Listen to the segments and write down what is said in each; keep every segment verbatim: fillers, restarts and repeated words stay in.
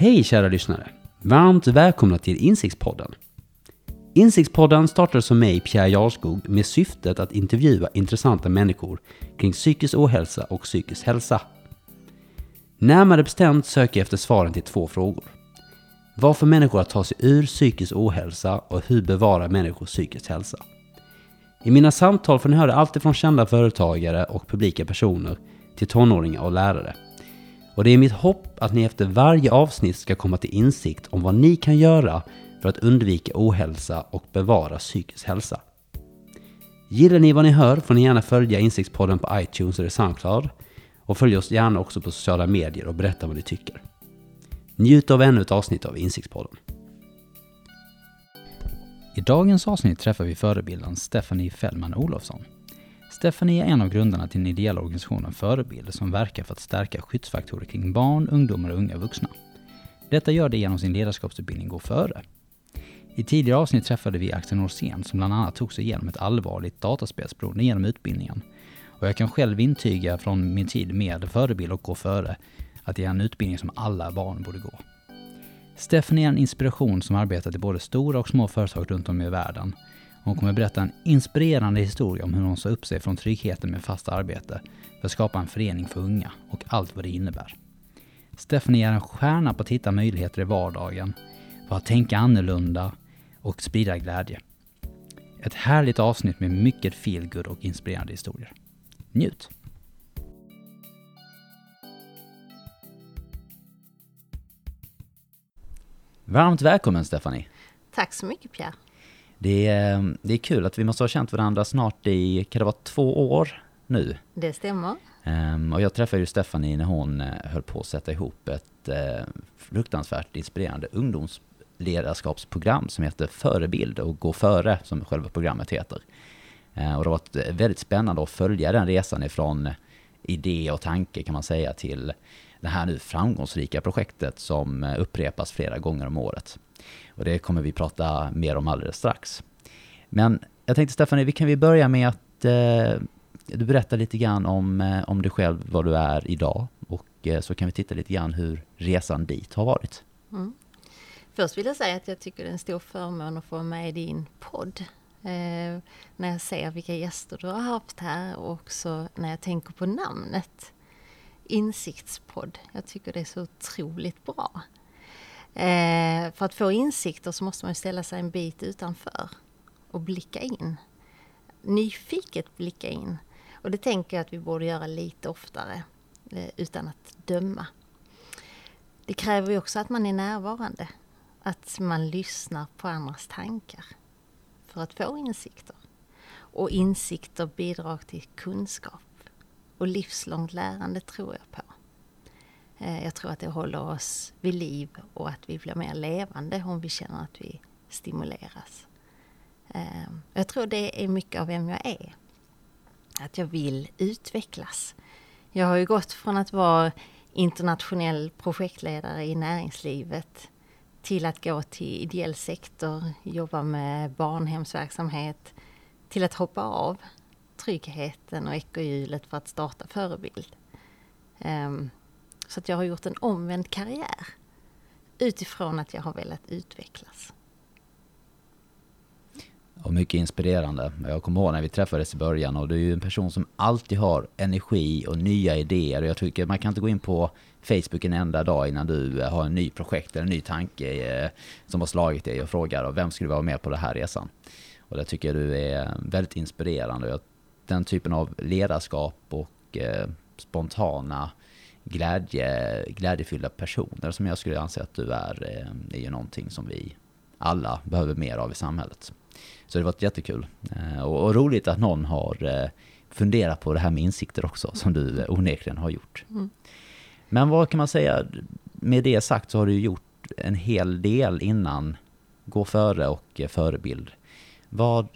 Hej kära lyssnare! Varmt välkomna till Insiktspodden. Insiktspodden startade som mig, Pierre Jarskog, med syftet att intervjua intressanta människor kring psykisk ohälsa och psykisk hälsa. Närmare bestämt söker jag efter svaren till två frågor. Varför människor att ta sig ur psykisk ohälsa och hur bevara människors psykisk hälsa. I mina samtal får ni höra allt från kända företagare och publika personer till tonåringar och lärare. Och det är mitt hopp att ni efter varje avsnitt ska komma till insikt om vad ni kan göra för att undvika ohälsa och bevara psykisk hälsa. Gillar ni vad ni hör får ni gärna följa Insiktspodden på iTunes eller SoundCloud och följ oss gärna också på sociala medier och berätta vad ni tycker. Njut av ännu ett avsnitt av Insiktspodden. I dagens avsnitt träffar vi förebilden Stephanie Fällman Olofsson. Stephanie är en av grundarna till den ideella organisationen Förebild som verkar för att stärka skyddsfaktorer kring barn, ungdomar och unga vuxna. Detta gör det genom sin ledarskapsutbildning Gå före. I tidigare avsnitt träffade vi Axel Norsén som bland annat tog sig igenom ett allvarligt dataspelsberoende genom utbildningen. Och jag kan själv intyga från min tid med Förebild och Gå före att det är en utbildning som alla barn borde gå. Stephanie är en inspiration som arbetat i både stora och små företag runt om i världen. Hon kommer berätta en inspirerande historia om hur hon sa upp sig från tryggheten med fast arbete för att skapa en förening för unga och allt vad det innebär. Stephanie är en stjärna på att hitta möjligheter i vardagen, för att tänka annorlunda och sprida glädje. Ett härligt avsnitt med mycket feelgood och inspirerande historier. Njut! Varmt välkommen Stephanie! Tack så mycket Pierre! Det är, det är kul att vi måste ha känt varandra snart i, kan det vara två år nu? Det stämmer. Um, och jag träffade ju Stephanie när hon uh, höll på att sätta ihop ett uh, fruktansvärt inspirerande ungdomsledarskapsprogram som heter Förebild och Gå före som själva programmet heter. Uh, och det har varit väldigt spännande att följa den resan ifrån idé och tanke kan man säga till det här nu framgångsrika projektet som uh, upprepas flera gånger om året. Och det kommer vi prata mer om alldeles strax. Men jag tänkte Stephanie, vi kan vi börja med att eh, du berättar lite grann om, eh, om dig själv, vad du är idag. Och eh, så kan vi titta lite grann hur resan dit har varit. Mm. Först vill jag säga att jag tycker det är en stor förmån att få med i din podd. Eh, när jag ser vilka gäster du har haft här och också när jag tänker på namnet. Insiktspodd. Jag tycker det är så otroligt bra. Eh, för att få insikter så måste man ställa sig en bit utanför och blicka in. Nyfiket blicka in. Och det tänker jag att vi borde göra lite oftare eh, utan att döma. Det kräver ju också att man är närvarande. Att man lyssnar på andras tankar för att få insikter. Och insikter bidrar till kunskap. Och livslångt lärande tror jag på. Jag tror att det håller oss vid liv och att vi blir mer levande om vi känner att vi stimuleras. Jag tror det är mycket av vem jag är. Att jag vill utvecklas. Jag har ju gått från att vara internationell projektledare i näringslivet till att gå till ideell sektor, jobba med barnhemsverksamhet, till att hoppa av tryggheten och ekorrhjulet för att starta Förebild. Så att jag har gjort en omvänd karriär utifrån att jag har velat utvecklas. Och mycket inspirerande. Jag kommer ihåg när vi träffades i början och du är ju en person som alltid har energi och nya idéer. Och jag tycker man kan inte gå in på Facebook en enda dag innan du har en ny projekt eller en ny tanke som har slagit dig och frågar vem skulle vara med på den här resan. Och det tycker jag du är väldigt inspirerande. Den typen av ledarskap och eh, spontana glädje, glädjefyllda personer som jag skulle anse att du är, är ju någonting som vi alla behöver mer av i samhället. Så det var jättekul. Och, och roligt att någon har funderat på det här med insikter också, som du onekligen har gjort. Mm. Men vad kan man säga, med det sagt så har du gjort en hel del innan Gå före och Förebild. Vad,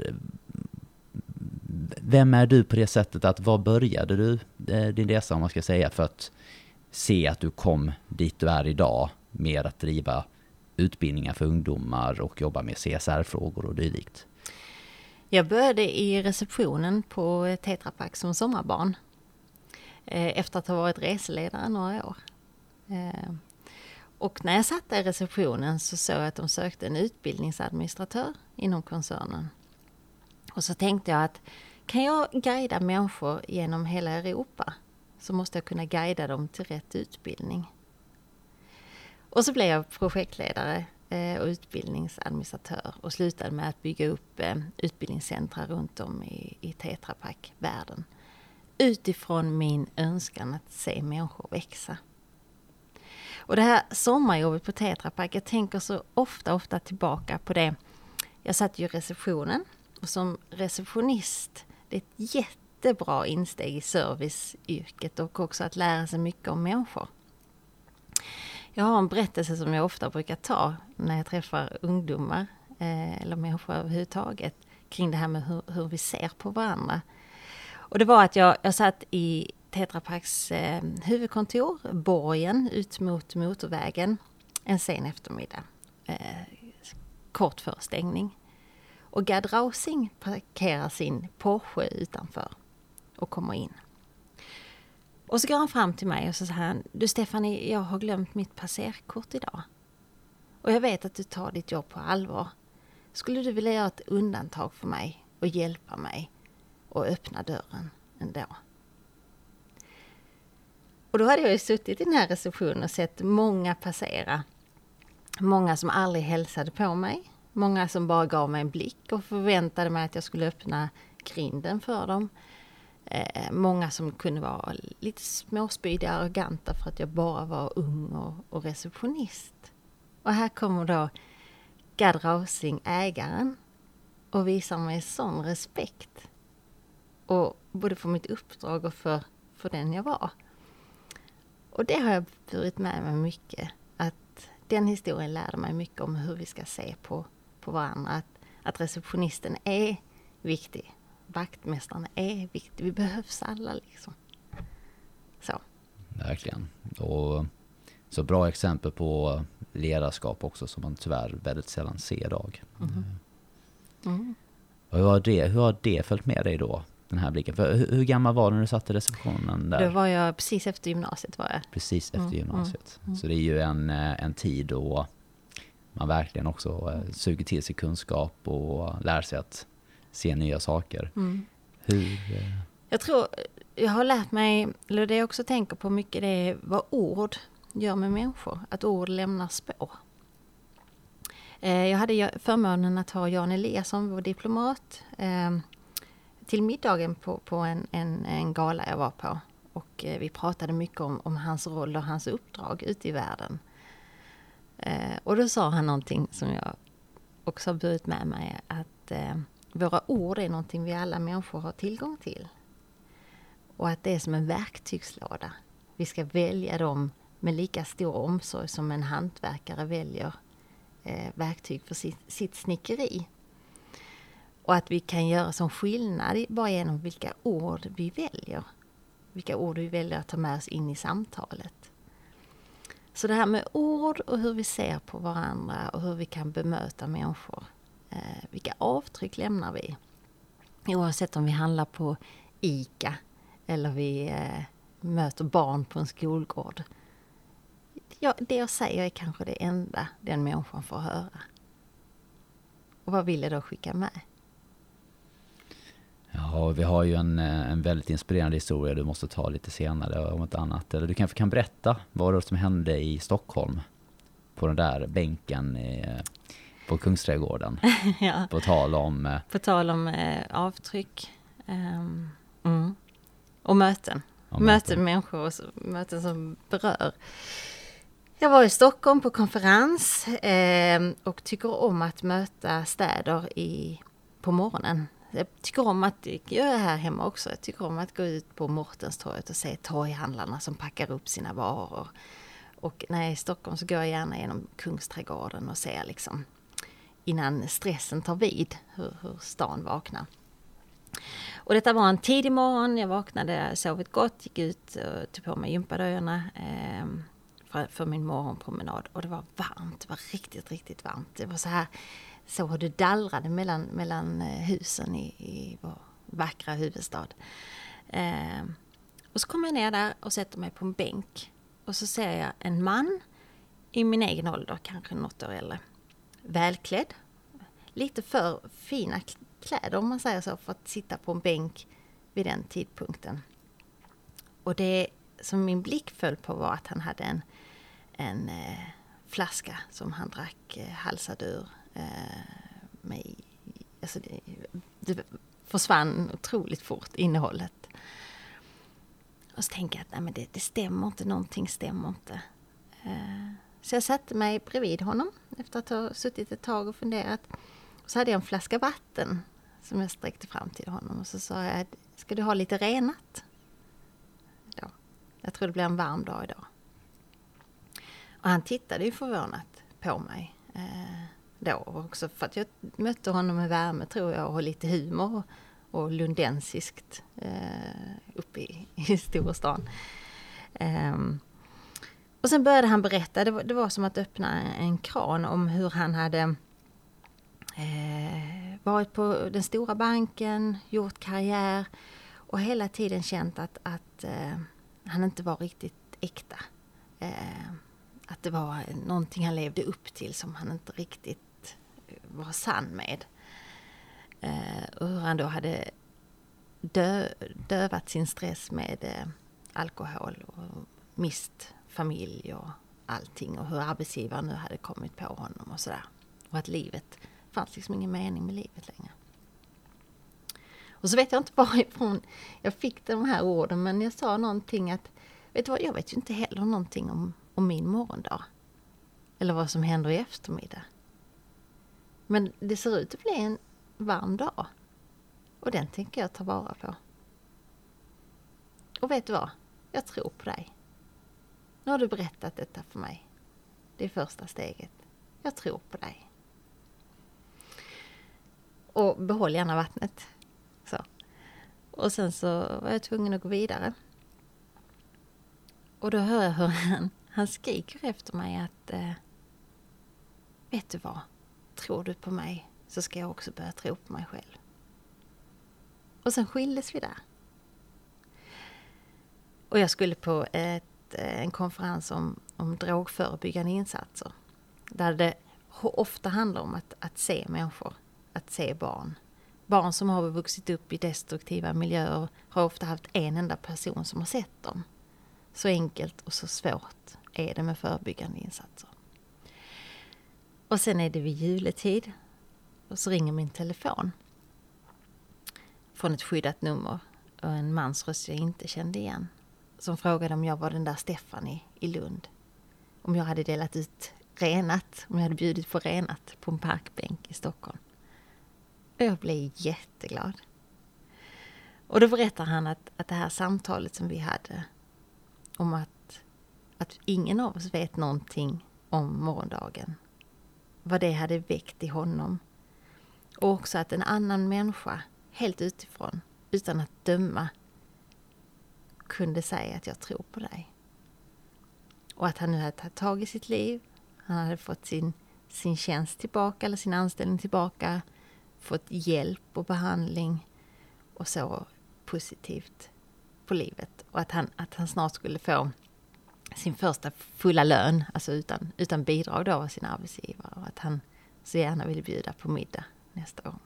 vem är du på det sättet att vad började du din resa om man ska säga för att se att du kom dit du är idag med att driva utbildningar för ungdomar och jobba med C S R-frågor och dylikt? Jag började i receptionen på Tetra Pak som sommarbarn efter att ha varit reseledare några år. Och när jag satt där i receptionen så såg jag att de sökte en utbildningsadministratör inom koncernen. Och så tänkte jag att kan jag guida människor genom hela Europa så måste jag kunna guida dem till rätt utbildning. Och så blev jag projektledare och utbildningsadministratör och slutade med att bygga upp utbildningscentra runt om i, i Tetra Pak-världen. Utifrån min önskan att se människor växa. Och det här sommarjobbet på Tetra Pak, jag tänker så ofta, ofta tillbaka på det. Jag satt ju i receptionen och som receptionist, det är ett jättebra insteg i serviceyrket och också att lära sig mycket om människor. Jag har en berättelse som jag ofta brukar ta när jag träffar ungdomar eh, eller människor överhuvudtaget kring det här med hur, hur vi ser på varandra. Och det var att jag, jag satt i Tetra Paks eh, huvudkontor, borgen, ut mot motorvägen en sen eftermiddag. Eh, kort före stängning. Och Gerd Rausing parkerar sin Porsche utanför och kommer in. Och så går han fram till mig och så säger han, du Stephanie, jag har glömt mitt passerkort idag. Och jag vet att du tar ditt jobb på allvar. Skulle du vilja göra ett undantag för mig och hjälpa mig och öppna dörren ändå? Och då hade jag ju suttit i den här receptionen och sett många passera. Många som aldrig hälsade på mig. Många som bara gav mig en blick och förväntade mig att jag skulle öppna grinden för dem. Eh, många som kunde vara lite småspydiga och arroganta för att jag bara var ung och, och receptionist. Och här kommer då Gerd Rausing, ägaren, och visar mig sån respekt. Och både för mitt uppdrag och för, för den jag var. Och det har jag burit med mig mycket. Att den historien lärde mig mycket om hur vi ska se på, på varandra. Att, att receptionisten är viktig. Vaktmästaren är viktig. Vi behövs alla liksom. Så. Verkligen. Och så bra exempel på ledarskap också som man tyvärr väldigt sällan ser idag. Mm. Mm. Och hur har det, hur har det följt med dig då? Den här blicken. För hur, hur gammal var du när du satt i receptionen där? Då var jag precis efter gymnasiet var jag. Precis efter mm, gymnasiet. Mm, så det är ju en, en tid då man verkligen också eh, suger till sig kunskap och lär sig att se nya saker. Mm. Hur? Eh... Jag tror, jag har lärt mig, eller det jag också tänker på mycket, det är vad ord gör med människor. Att ord lämnar spår. Eh, jag hade förmånen att ha Jan Eliasson, vår diplomat, eh, till middagen på, på en, en, en gala jag var på. Och eh, vi pratade mycket om, om hans roll och hans uppdrag ute i världen. Eh, och då sa han någonting som jag också har burit med mig. Att eh, våra ord är någonting vi alla människor har tillgång till. Och att det är som en verktygslåda. Vi ska välja dem med lika stor omsorg som en hantverkare väljer eh, verktyg för sitt, sitt snickeri. Och att vi kan göra som skillnad bara genom vilka ord vi väljer. Vilka ord vi väljer att ta med oss in i samtalet. Så det här med ord och hur vi ser på varandra och hur vi kan bemöta människor. Eh, vilka avtryck lämnar vi? Oavsett om vi handlar på ICA eller vi eh, möter barn på en skolgård. Ja, det jag säger är kanske det enda den människan får höra. Och vad vill jag då skicka med? Ja, vi har ju en, en väldigt inspirerande historia du måste ta lite senare om ett annat. Eller du kanske kan berätta vad det som hände i Stockholm på den där bänken i, på Kungsträdgården. Ja. På tal om... På tal om eh, avtryck. Um, mm. Och möten. Ja, möten med människor och så, möten som berör. Jag var i Stockholm på konferens eh, och tycker om att möta städer i, på morgonen. Jag tycker om att, jag gör det här hemma också, jag tycker om att gå ut på Mårtenstorget och se torghandlarna som packar upp sina varor. Och när jag är i Stockholm så går jag gärna genom Kungsträdgården och ser liksom innan stressen tar vid hur, hur stan vaknar. Och detta var en tidig morgon, jag vaknade, sovit gott, gick ut och tog på mig gympadojorna eh, för, för min morgonpromenad. Och det var varmt, det var riktigt, riktigt varmt. Det var så här, så hur det dallrade mellan, mellan husen i, i vår vackra huvudstad. Eh, och så kommer jag ner där och sätter mig på en bänk. Och så ser jag en man i min egen ålder, kanske något år äldre. Välklädd. Lite för fina kläder om man säger så, för att sitta på en bänk vid den tidpunkten. Och det som min blick föll på var att han hade en, en eh, flaska som han drack eh, halsad ur. Eh, med, alltså det, det försvann otroligt fort, innehållet. Och så tänkte jag att nej, men det, det stämmer inte, någonting stämmer inte. Eh, så jag satte mig bredvid honom efter att ha suttit ett tag och funderat. Och så hade jag en flaska vatten som jag sträckte fram till honom. Och så sa jag, ska du ha lite renat? Då. Jag tror det blir en varm dag idag. Och han tittade ju förvånat på mig. Eh, då också för att jag mötte honom med värme, tror jag, och lite humor och, och lundensiskt eh, uppe i, i storstan. Eh, och sen började han berätta, det var, det var som att öppna en kran om hur han hade eh, varit på den stora banken, gjort karriär och hela tiden känt att, att eh, han inte var riktigt äkta. Eh, att det var någonting han levde upp till som han inte riktigt var sann med. Eh, och hur han då hade dö, dövat sin stress med eh, alkohol och mist familj och allting. Och hur arbetsgivaren nu hade kommit på honom och sådär. Och att livet, fanns liksom ingen mening med livet längre. Och så vet jag inte varifrån jag fick de här orden, men jag sa någonting att, vet du vad, jag vet ju inte heller någonting om, om min morgondag. Eller vad som händer i eftermiddag. Men det ser ut att bli en varm dag. Och den tänker jag ta vara på. Och vet du vad? Jag tror på dig. Nu har du berättat detta för mig. Det är första steget. Jag tror på dig. Och behåll gärna vattnet. Så. Och sen så var jag tvungen att gå vidare. Och då hör jag hur han, han skriker efter mig att eh, vet du vad? Tror du på mig så ska jag också börja tro på mig själv. Och sen skildes vi där. Och jag skulle på ett, en konferens om, om drogförebyggande insatser. Där det ofta handlar om att, att se människor, att se barn. Barn som har vuxit upp i destruktiva miljöer har ofta haft en enda person som har sett dem. Så enkelt och så svårt är det med förebyggande insatser. Och sen är det vid juletid. Och så ringer min telefon. Från ett skyddat nummer. Och en mans röst jag inte kände igen. Som frågade om jag var den där Stefanie i Lund. Om jag hade delat ut renat. Om jag hade bjudit på renat på en parkbänk i Stockholm. Och jag blev jätteglad. Och då berättar han att, att det här samtalet som vi hade. Om att, att ingen av oss vet någonting om morgondagen. Vad det hade väckt i honom. Och också att en annan människa, helt utifrån, utan att döma, kunde säga att jag tror på dig. Och att han nu hade tagit tag i sitt liv. Han hade fått sin, sin tjänst tillbaka, eller sin anställning tillbaka. Fått hjälp och behandling. Och så positivt på livet. Och att han, att han snart skulle få sin första fulla lön, alltså utan, utan bidrag då av sin arbetsgivare. Och att han så gärna ville bjuda på middag nästa gång.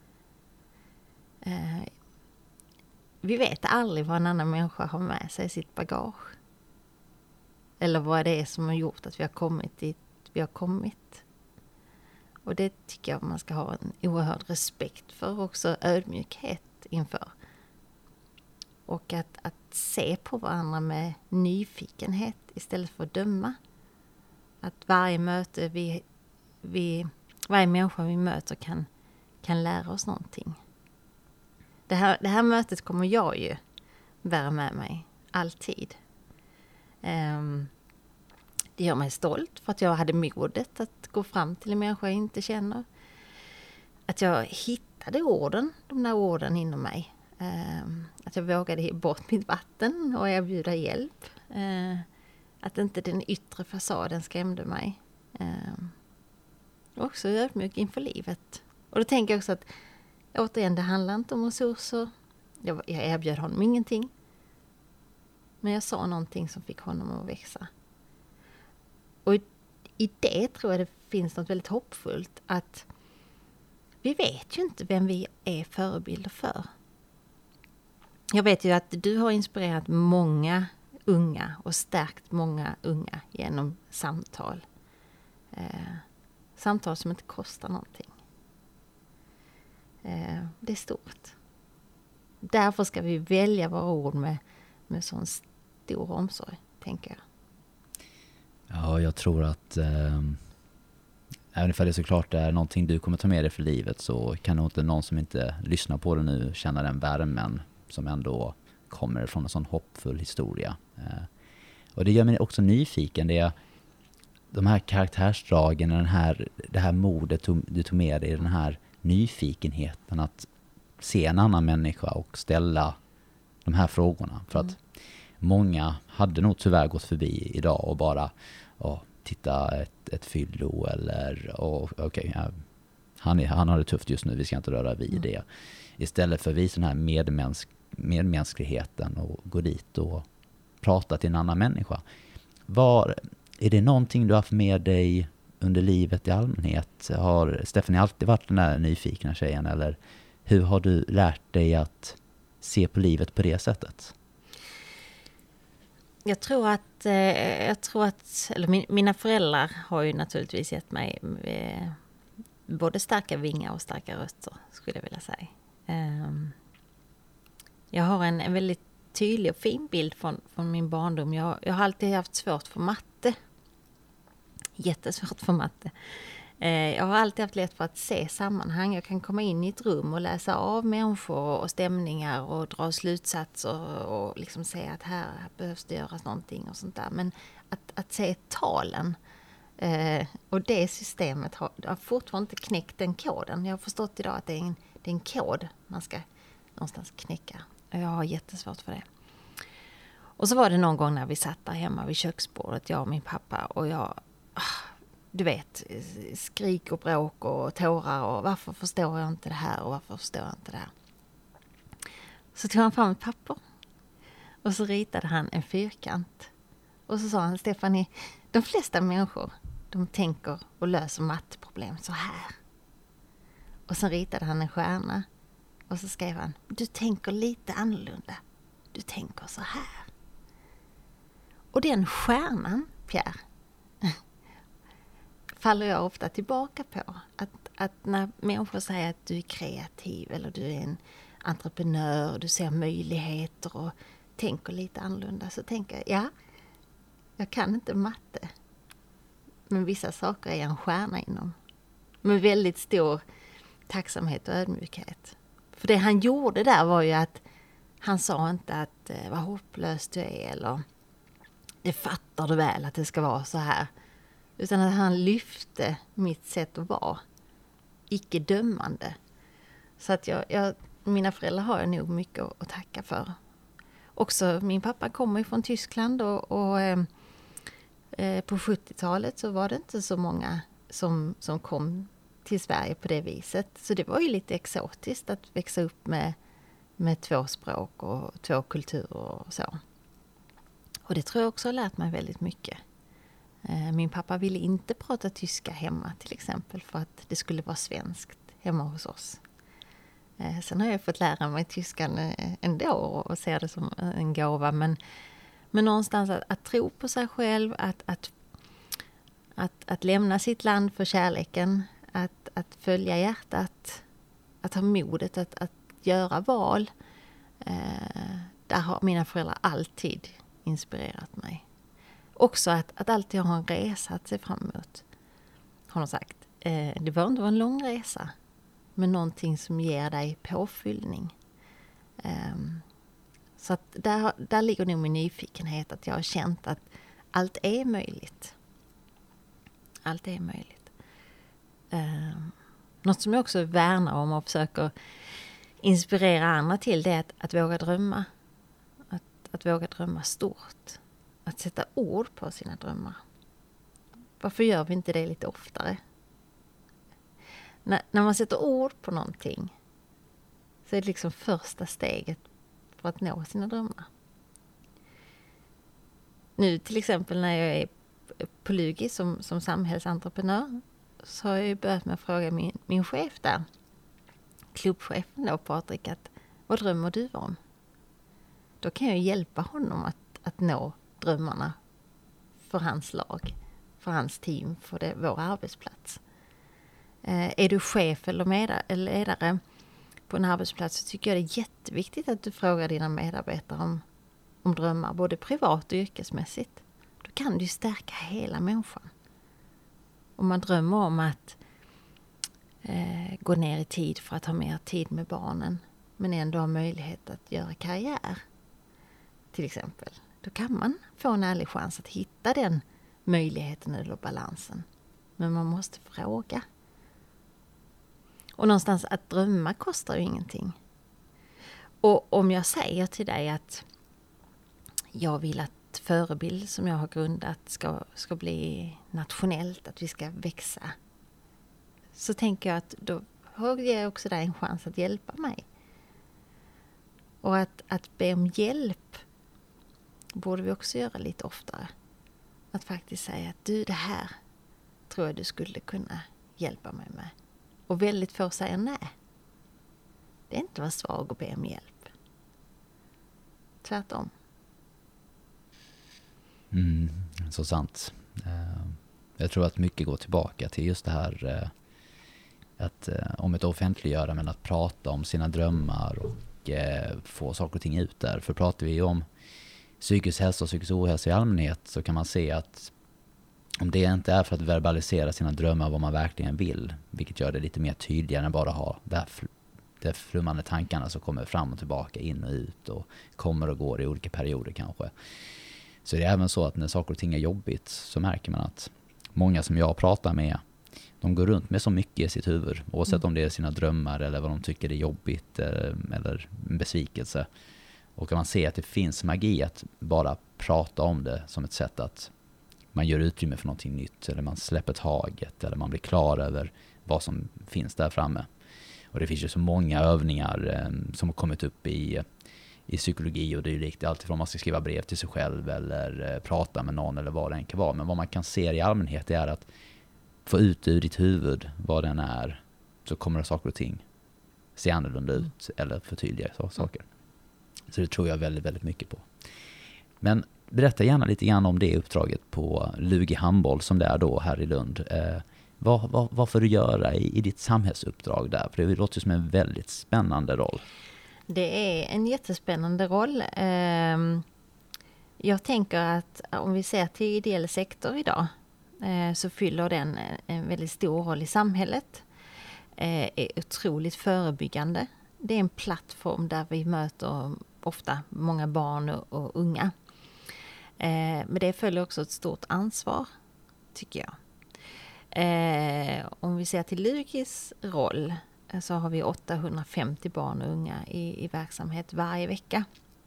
Eh, vi vet aldrig vad en annan människa har med sig i sitt bagage. Eller vad det är som har gjort att vi har kommit dit vi har kommit. Och det tycker jag man ska ha en oerhörd respekt för, också ödmjukhet inför. Och att, att se på varandra med nyfikenhet istället för att döma. Att varje möte vi, vi varje människa vi möter kan, kan lära oss någonting. Det här, det här mötet kommer jag ju bära med mig alltid. Um, det gör mig stolt för att jag hade modet att gå fram till en människa jag inte känner. Att jag hittade orden, de där orden inom mig. Um, att jag vågade ge bort mitt vatten och erbjuda hjälp. Uh, att inte den yttre fasaden skrämde mig. Um, också ödmjuk inför livet. Och då tänker jag också att återigen, det handlar inte om resurser. Jag, jag erbjöd honom ingenting. Men jag sa någonting som fick honom att växa. Och i det tror jag det finns något väldigt hoppfullt, att vi vet ju inte vem vi är förebilder för. Jag vet ju att du har inspirerat många unga och stärkt många unga genom samtal. Eh, samtal som inte kostar någonting. Eh, det är stort. Därför ska vi välja våra ord med, med sån stor omsorg, tänker jag. Ja, jag tror att eh, även ifall det såklart är någonting du kommer ta med dig för livet, så kan nog inte någon som inte lyssnar på det nu känna den värmen som ändå kommer från en sån hoppfull historia. Eh, och det gör mig också nyfiken. Det är de här karaktärsdragen, den här, det här modet du tog med dig, den här nyfikenheten att se en annan människa och ställa de här frågorna. För Mm. att många hade nog tyvärr gått förbi idag och bara åh, titta ett, ett fyllo eller åh, okej, ja, han, är, han har det tufft just nu, vi ska inte röra vid det. Mm. Istället för att visa den här medmänsk, medmänskligheten och gå dit och prata till en annan människa. Var, är det någonting du har haft med dig under livet i allmänhet? Har Stephanie alltid varit den där nyfikna tjejen, eller hur har du lärt dig att se på livet på det sättet? Jag tror att, eh, jag tror att eller min, mina föräldrar har ju naturligtvis gett mig eh, både starka vingar och starka rötter, skulle jag vilja säga. Eh, jag har en, en väldigt tydlig och fin bild från, från min barndom. Jag, jag har alltid haft svårt för matte. Jättesvårt för matte. Eh, jag har alltid haft lätt för att se sammanhang. Jag kan komma in i ett rum och läsa av människor och stämningar och dra slutsatser och liksom se att här behövs det göras någonting och sånt där. Men att, att se talen eh, och det systemet har, har fortfarande inte knäckt den koden. Jag har förstått idag att det är en, det är en kod man ska någonstans knäcka. Jag har jättesvårt för det. Och så var det någon gång när vi satt där hemma vid köksbordet, jag och min pappa, och jag, du vet, skrik och bråk och tårar och varför förstår jag inte det här och varför förstår jag inte det här. Så tog han fram ett papper och så ritade han en fyrkant. Och så sa han, Stephanie, de flesta människor, de tänker och löser matteproblem så här. Och så ritade han en stjärna och så skrev han, du tänker lite annorlunda. Du tänker så här. Och den stjärnan, Pierre, faller jag ofta tillbaka på. Att, att när människor säger att du är kreativ eller du är en entreprenör, du ser möjligheter och tänker lite annorlunda, så tänker jag, ja, jag kan inte matte. Men vissa saker är en stjärna inom. Med väldigt stor tacksamhet och ödmjukhet. För det han gjorde där var ju att han sa inte att eh, vad hopplöst du är eller det fattar du väl att det ska vara så här. Utan att han lyfte mitt sätt att vara. Icke dömande. Så att jag, jag, mina föräldrar har jag nog mycket att, att tacka för. Också min pappa kommer ju från Tyskland och, och eh, på sjuttiotalet så var det inte så många som, som kom till Sverige på det viset. Så det var ju lite exotiskt att växa upp med, med två språk och två kulturer och så. Och det tror jag också har lärt mig väldigt mycket. Min pappa ville inte prata tyska hemma till exempel för att det skulle vara svenskt hemma hos oss. Sen har jag fått lära mig tyskan ändå och ser det som en gåva. Men, men någonstans att, att tro på sig själv, att, att, att, att lämna sitt land för kärleken, att, att följa hjärtat, att ha modet att, att göra val. Eh, där har mina föräldrar alltid inspirerat mig. Också att, att alltid ha en resa att se fram emot. Har de sagt. Eh, det var inte en lång resa. Men någonting som ger dig påfyllning. Eh, så att där, där ligger nog min nyfikenhet. Att jag har känt att allt är möjligt. Allt är möjligt. Eh, något som jag också värnar om och försöker inspirera andra till, det är att, att våga drömma. Att, att våga drömma stort. Att sätta ord på sina drömmar. Varför gör vi inte det lite oftare? När, när man sätter ord på någonting så är det liksom första steget för att nå sina drömmar. Nu till exempel när jag är på Lugi som, som samhällsentreprenör så har jag ju börjat med att fråga min, min chef där, klubbchefen då, Patrik, att vad drömmer du om? Då kan jag hjälpa honom att, att nå drömmarna för hans lag, för hans team, för det, vår arbetsplats. Eh, är du chef eller med, ledare på en arbetsplats så tycker jag det är jätteviktigt att du frågar dina medarbetare om, om drömmar, både privat och yrkesmässigt. Då kan du stärka hela människan. Om man drömmer om att eh, gå ner i tid för att ha mer tid med barnen, men ändå ha möjlighet att göra karriär, till exempel. Då kan man få en ärlig chans att hitta den möjligheten eller balansen. Men man måste fråga. Och någonstans att drömma kostar ju ingenting. Och om jag säger till dig att jag vill att förebild som jag har grundat ska, ska bli nationellt, att vi ska växa, så tänker jag att då har jag också där en chans att hjälpa mig. Och att, att be om hjälp borde vi också göra lite oftare. Att faktiskt säga att du, det här tror jag du skulle kunna hjälpa mig med. Och väldigt få säger nej. Det är inte att vara svag och be om hjälp. Tvärtom. Mm, så sant. Jag tror att mycket går tillbaka till just det här att om ett offentliggöra, men att prata om sina drömmar och få saker och ting ut där. För pratar vi om psykisk hälsa och psykisk ohälsa i allmänhet så kan man se att om det inte är för att verbalisera sina drömmar vad man verkligen vill, vilket gör det lite mer tydligare än bara ha det här de flummande tankarna som kommer fram och tillbaka, in och ut och kommer och går i olika perioder kanske. Så det är även så att när saker och ting är jobbigt så märker man att många som jag pratar med, de går runt med så mycket i sitt huvud, oavsett mm. om det är sina drömmar eller vad de tycker är jobbigt eller en besvikelse. Och kan man se att det finns magi att bara prata om det som ett sätt att man gör utrymme för någonting nytt, eller man släpper taget, eller man blir klar över vad som finns där framme. Och det finns ju så många övningar eh, som har kommit upp i, i psykologi och dylikt. Allt ifrån man ska skriva brev till sig själv eller eh, prata med någon eller vad det än kan vara. Men vad man kan se i allmänhet är att få ut ur ditt huvud vad den är, så kommer det saker och ting se annorlunda ut eller förtydliga saker. Så det tror jag väldigt, väldigt mycket på. Men berätta gärna lite grann om det uppdraget på Lugi handboll som det är då här i Lund. Eh, vad, vad, vad får du göra i, i ditt samhällsuppdrag där? För det låter som en väldigt spännande roll. Det är en jättespännande roll. Eh, jag tänker att om vi ser till ideell sektor idag eh, så fyller den en väldigt stor roll i samhället. Eh, är otroligt förebyggande. Det är en plattform där vi möter ofta många barn och, och unga. Eh, men det följer också ett stort ansvar, tycker jag. Eh, om vi ser till Lugis roll så har vi åttahundrafemtio barn och unga i, i verksamhet varje vecka.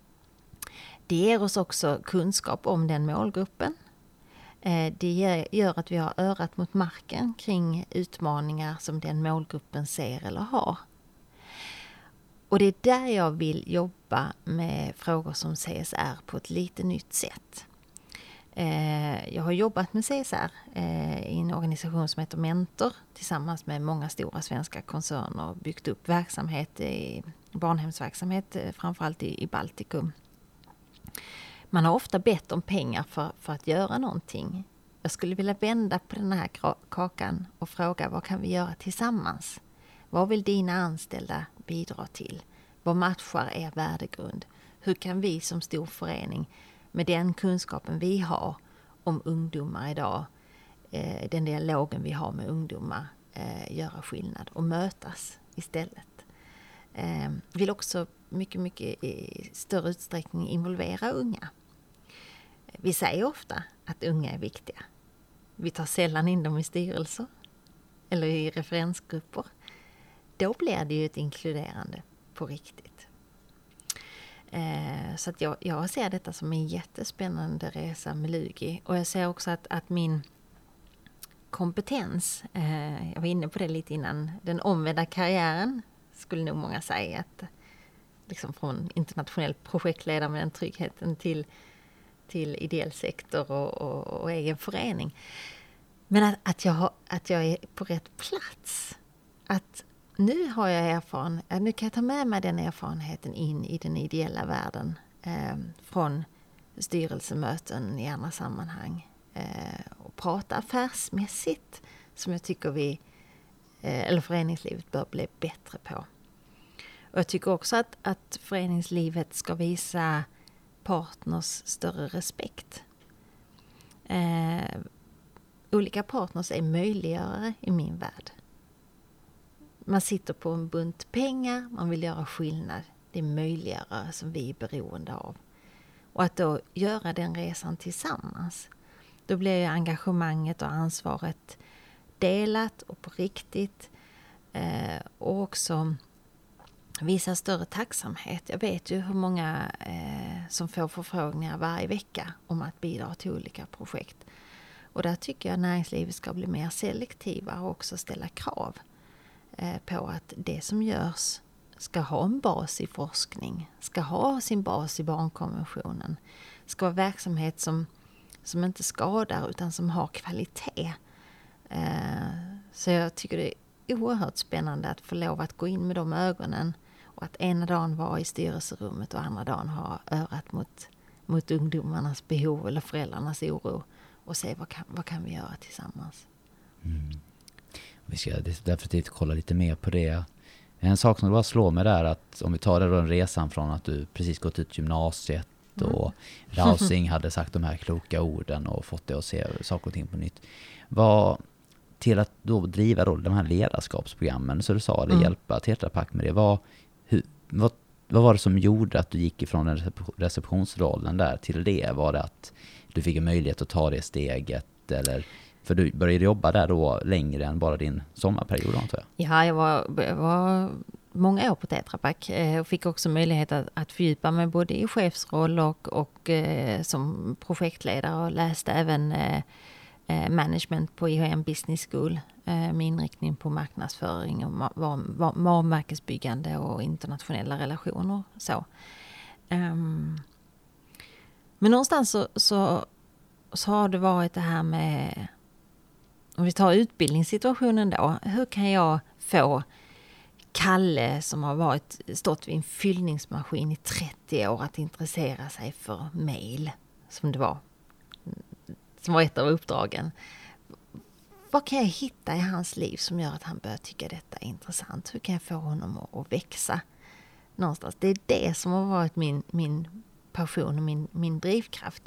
Det ger oss också kunskap om den målgruppen. Eh, det ger, gör att vi har örat mot marken kring utmaningar som den målgruppen ser eller har. Och det är där jag vill jobba med frågor som C S R på ett lite nytt sätt. Eh, jag har jobbat med C S R eh, i en organisation som heter Mentor tillsammans med många stora svenska koncerner och byggt upp verksamhet i barnhemsverksamhet, eh, framförallt i, i Baltikum. Man har ofta bett om pengar för, för att göra någonting. Jag skulle vilja vända på den här kakan och fråga vad kan vi göra tillsammans? Vad vill dina anställda bidra till? Vad matchar er värdegrund? Hur kan vi som stor förening med den kunskapen vi har om ungdomar idag, eh, den dialogen vi har med ungdomar, eh, göra skillnad och mötas istället? Eh, vill också mycket, mycket i större utsträckning involvera unga. Vi säger ofta att unga är viktiga. Vi tar sällan in dem i styrelser eller i referensgrupper. Då blir det ju ett inkluderande på riktigt. Eh, så att jag, jag ser detta som en jättespännande resa med Lugi. Och jag ser också att, att min kompetens, eh, jag var inne på det lite innan, den omvända karriären skulle nog många säga, att liksom från internationell projektledare med den tryggheten till till ideell sektor och, och, och egen förening. Men att, att, jag har, att jag är på rätt plats. Att nu har jag erfarenhet, nu kan jag ta med mig den erfarenheten in i den ideella världen. Eh, från styrelsemöten i andra sammanhang. Eh, och prata affärsmässigt som jag tycker vi, eh, eller föreningslivet bör bli bättre på. Och jag tycker också att, att föreningslivet ska visa partners större respekt. Eh, olika partners är möjliggörare i min värld. Man sitter på en bunt pengar, man vill göra skillnad. Det är möjliggörare som vi är beroende av. Och att då göra den resan tillsammans. Då blir ju engagemanget och ansvaret delat och på riktigt. Eh, och också visa större tacksamhet. Jag vet ju hur många eh, som får förfrågningar varje vecka om att bidra till olika projekt. Och där tycker jag näringslivet ska bli mer selektiva och också ställa krav eh, på att det som görs ska ha en bas i forskning, ska ha sin bas i barnkonventionen, ska vara verksamhet som, som inte skadar utan som har kvalitet. Eh, så jag tycker det är oerhört spännande att få lov att gå in med de ögonen och att ena dagen vara i styrelserummet och andra dagen ha örat mot, mot ungdomarnas behov eller föräldrarnas oro och se vad kan, vad kan vi göra tillsammans. Mm. Vi ska definitivt kolla lite mer på det. En sak som bara slår mig där att om vi tar det då en resan från att du precis gått ut gymnasiet mm. och Rausing hade sagt de här kloka orden och fått det att se saker och ting på nytt. Vad till att då driva då de här ledarskapsprogrammen så du sa det mm. hjälpa Tetra Pak med det. Vad, hur, vad, vad var det som gjorde att du gick ifrån den receptionsrollen där till det? Var det att du fick en möjlighet att ta det steget eller... För du började jobba där då längre än bara din sommarperiod, antar jag? Ja, jag var, jag var många år på Tetra Pak och fick också möjlighet att, att fördjupa mig både i chefsroll och, och eh, som projektledare och läste även eh, management på I H M Business School eh, med inriktning på marknadsföring och varumärkesbyggande och internationella relationer. Så. Um, men någonstans så, så, så har det varit det här med... Om vi tar utbildningssituationen då. Hur kan jag få Kalle som har varit, stått vid en fyllningsmaskin i trettio år att intressera sig för mail som det var. Som var ett av uppdragen. Vad kan jag hitta i hans liv som gör att han börjar tycka detta är intressant? Hur kan jag få honom att, att växa någonstans? Det är det som har varit min, min passion och min, min drivkraft.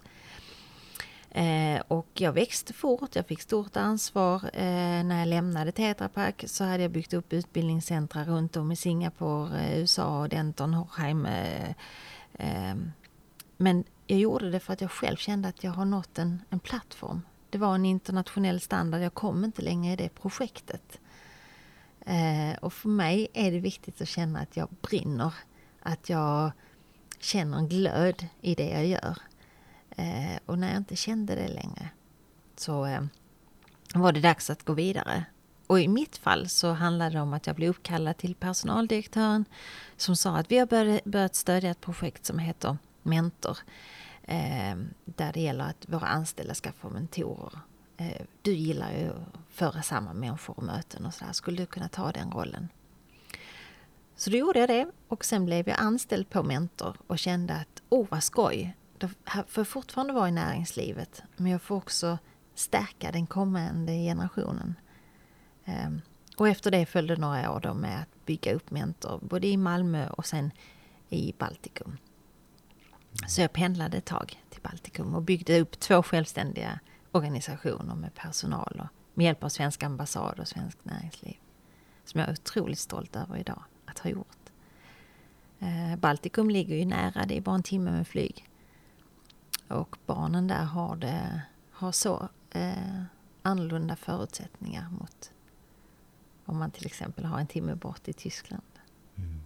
Eh, och jag växte fort, jag fick stort ansvar. Eh, när jag lämnade Tetra Pak så hade jag byggt upp utbildningscentra runt om i Singapore, eh, U S A, Denton, Hochheim. Eh, eh, men jag gjorde det för att jag själv kände att jag har nått en, en plattform. Det var en internationell standard, jag kom inte längre i det projektet. Eh, och för mig är det viktigt att känna att jag brinner, att jag känner en glöd i det jag gör. Eh, och när jag inte kände det längre så eh, var det dags att gå vidare. Och i mitt fall så handlade det om att jag blev uppkallad till personaldirektören som sa att vi har börjat, börjat stödja ett projekt som heter Mentor. Eh, där det gäller att våra anställda ska få mentorer. Eh, du gillar ju att föra samman människor och möten och sådär. Skulle du kunna ta den rollen? Så då gjorde jag det och sen blev jag anställd på Mentor och kände att åh vad skoj. Då får jag fortfarande vara i näringslivet men jag får också stärka den kommande generationen. Um, och efter det följde några år då med att bygga upp Mentor både i Malmö och sen i Baltikum. Så jag pendlade ett tag till Baltikum och byggde upp två självständiga organisationer med personal och med hjälp av svenska ambassad och svensk näringsliv. Som jag är otroligt stolt över idag att ha gjort. Uh, Baltikum ligger ju nära, det är bara en timme med flyg. Och barnen där har, det, har så eh, annorlunda förutsättningar mot om man till exempel har en timme bort i Tyskland. Mm.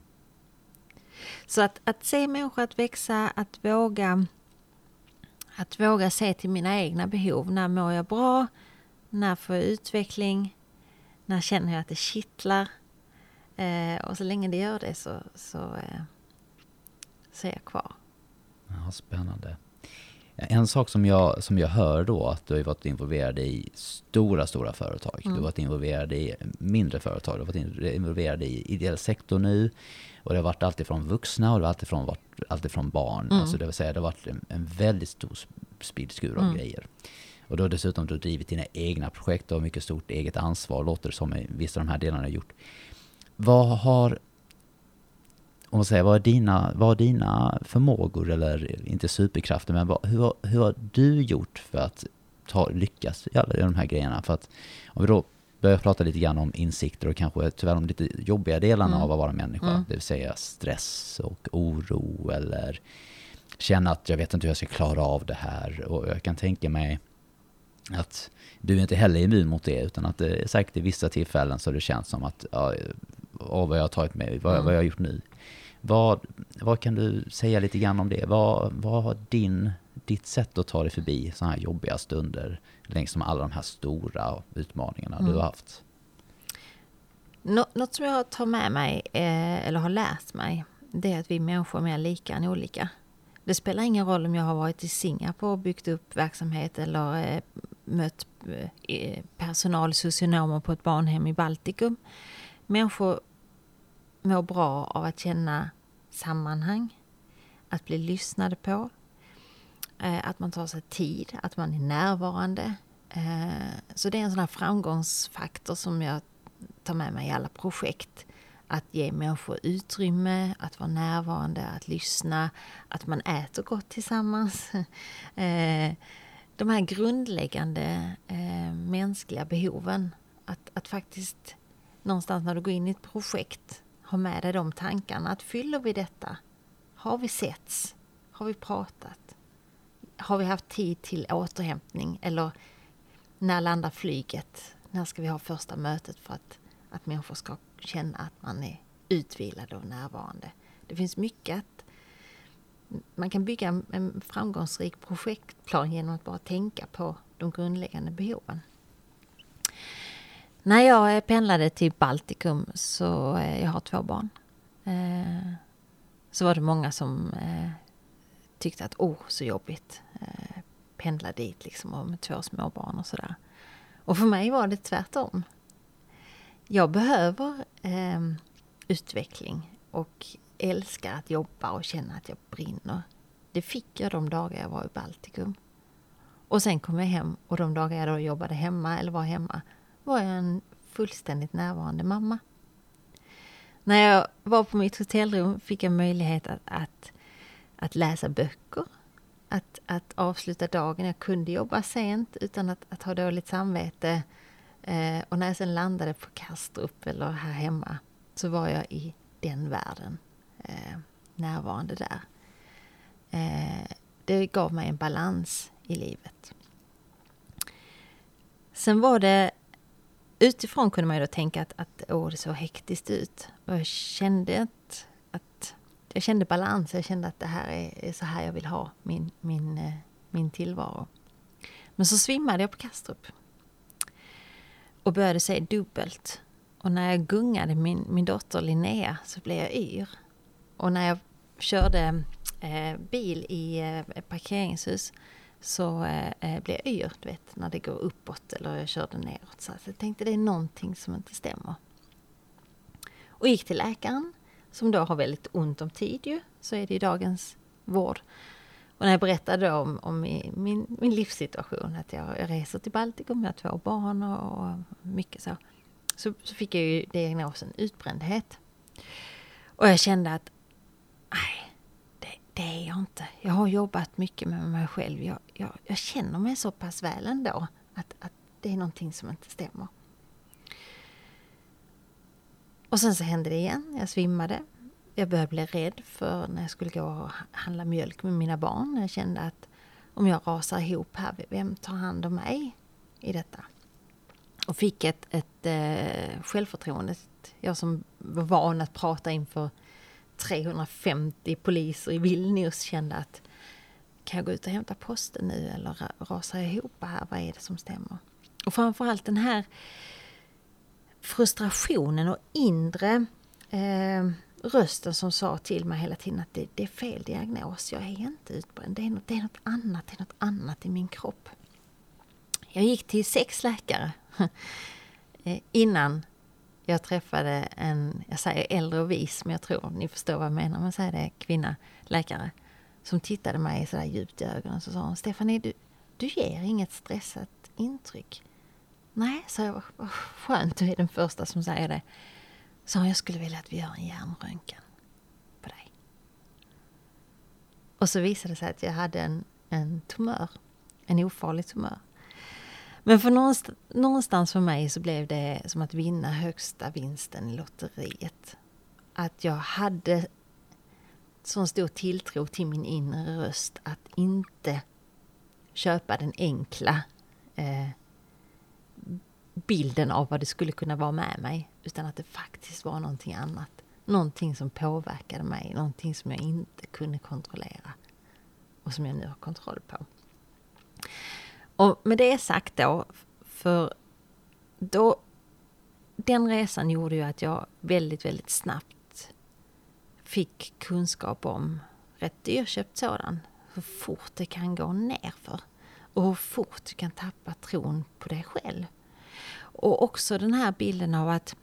Så att, att se människor att växa, att våga, att våga se till mina egna behov. När mår jag bra? När får jag utveckling? När känner jag att det kittlar? Eh, och så länge det gör det så, så, eh, så är jag kvar. Ja, spännande. En sak som jag, som jag hör då, att du har varit involverad i stora, stora företag. Mm. Du har varit involverad i mindre företag. Du har varit involverad i ideell sektor nu. Och det har varit alltid från vuxna och det har alltid från, varit, alltid från barn. Mm. Alltså det vill säga det har varit en, en väldigt stor speedskur av mm. grejer. Och då har dessutom du drivit dina egna projekt och mycket stort eget ansvar. Låter det som vissa av de här delarna har gjort. Vad har... Om man säger, vad är dina, vad är dina förmågor eller inte superkrafter, men vad, hur, hur har du gjort för att ta, lyckas i alla de här grejerna? För att om vi då börjar prata lite grann om insikter och kanske tyvärr om lite jobbiga delarna mm. av att vara människa, mm. det vill säga stress och oro eller känna att jag vet inte hur jag ska klara av det här, och jag kan tänka mig att du är inte heller immun mot det, utan att det är säkert i vissa tillfällen så det känns som att ja, vad jag har tagit med, vad, mm. vad jag har gjort nu. Vad, vad kan du säga lite grann om det? Vad, vad har din, ditt sätt att ta dig förbi sådana här jobbiga stunder längs med alla de här stora utmaningarna mm. du har haft? Nå, något som jag tar med mig eh, eller har lärt mig, det är att vi människor är mer lika än olika. Det spelar ingen roll om jag har varit i Singapore och byggt upp verksamhet eller eh, mött eh, personal, socionomer på ett barnhem i Baltikum. Människor mår bra av att känna sammanhang, att bli lyssnade på, eh, att man tar sig tid, att man är närvarande. Eh, så det är en sån här framgångsfaktor som jag tar med mig i alla projekt. Att ge människor utrymme, att vara närvarande, att lyssna, att man äter gott tillsammans. eh, de här grundläggande eh, mänskliga behoven. Att, att faktiskt någonstans när du går in i ett projekt ha med dig de tankarna. Att fyller vi detta? Har vi setts? Har vi pratat? Har vi haft tid till återhämtning? Eller när landar flyget? När ska vi ha första mötet för att, att människor ska känna att man är utvilad och närvarande? Det finns mycket att man kan bygga en, en framgångsrik projektplan genom att bara tänka på de grundläggande behoven. När jag pendlade till Baltikum, så eh, jag har två barn, eh, så var det många som eh, tyckte att åh, så jobbigt, eh, pendla dit liksom, och med två små barn och sådär. Och för mig var det tvärtom. Jag behöver eh, utveckling och älskar att jobba och känna att jag brinner. Det fick jag de dagar jag var i Baltikum. Och sen kom jag hem, och de dagar jag då jobbade hemma eller var hemma var jag en fullständigt närvarande mamma. När jag var på mitt hotellrum fick jag möjlighet att, att, att läsa böcker. Att, att avsluta dagen. Jag kunde jobba sent utan att, att ha dåligt samvete. Eh, och när jag sen landade på Kastrup eller här hemma, så var jag i den världen. Eh, närvarande där. Eh, det gav mig en balans i livet. Sen var det utifrån kunde man ju då tänka att, att åh, det såg hektiskt ut. Och jag kände att, att jag kände balans. Jag kände att det här är, är så här jag vill ha min, min, eh, min tillvaro. Men så svimmade jag på Kastrup. Och började säga dubbelt. Och när jag gungade min, min dotter Linnea så blev jag yr. Och när jag körde eh, bil i eh, parkeringshus så eh, blev jag yr, du vet, när det går uppåt eller jag körde neråt. Så jag tänkte det är någonting som inte stämmer. Och gick till läkaren som då har väldigt ont om tid ju. Så är det i dagens vård. Och när jag berättade om, om min, min livssituation, att jag, jag reser till Baltikum, jag har två barn och, och mycket så. så. Så fick jag ju diagnosen utbrändhet. Och jag kände att nej, det, det är jag inte. Jag har jobbat mycket med mig själv. Jag, jag, jag känner mig så pass väl ändå att, att det är någonting som inte stämmer. Och sen så hände det igen. Jag svimmade. Jag började bli rädd för när jag skulle gå och handla mjölk med mina barn. Jag kände att om jag rasar ihop här, vem tar hand om mig i detta? Och fick ett, ett eh, självförtroende. Jag som var van att prata inför trehundrafemtio poliser i Vilnius kände att kan jag gå ut och hämta posten nu eller rasar jag ihop här? Vad är det som stämmer? Och framförallt den här frustrationen och inre... Eh, rösten som sa till mig hela tiden att det, det är fel diagnos. Jag är inte utbränd. Det är något, det är något annat. Det är något annat i min kropp. Jag gick till sex läkare innan jag träffade en, jag säger äldre och vis, men jag tror ni förstår vad jag menar. Man säger det, kvinna, läkare, som tittade mig så där djupt i ögonen och sa: Stefanie, du, du ger inget stressat intryck. Nej, så jag, vad skönt, du är den första som säger det. Så jag skulle vilja att vi gör en hjärnröntgen på dig. Och så visade det sig att jag hade en, en tumör, en ofarlig tumör. Men för någonstans, någonstans för mig så blev det som att vinna högsta vinsten i lotteriet. Att jag hade så stor tilltro till min inre röst att inte köpa den enkla eh, bilden av vad det skulle kunna vara med mig. Utan att det faktiskt var någonting annat. Någonting som påverkade mig. Någonting som jag inte kunde kontrollera. Och som jag nu har kontroll på. Och med det sagt då, för då, den resan gjorde ju att jag väldigt, väldigt snabbt fick kunskap om, rätt dyrköpt sådan, hur fort det kan gå nerför. Och hur fort du kan tappa tron på dig själv. Och också den här bilden av att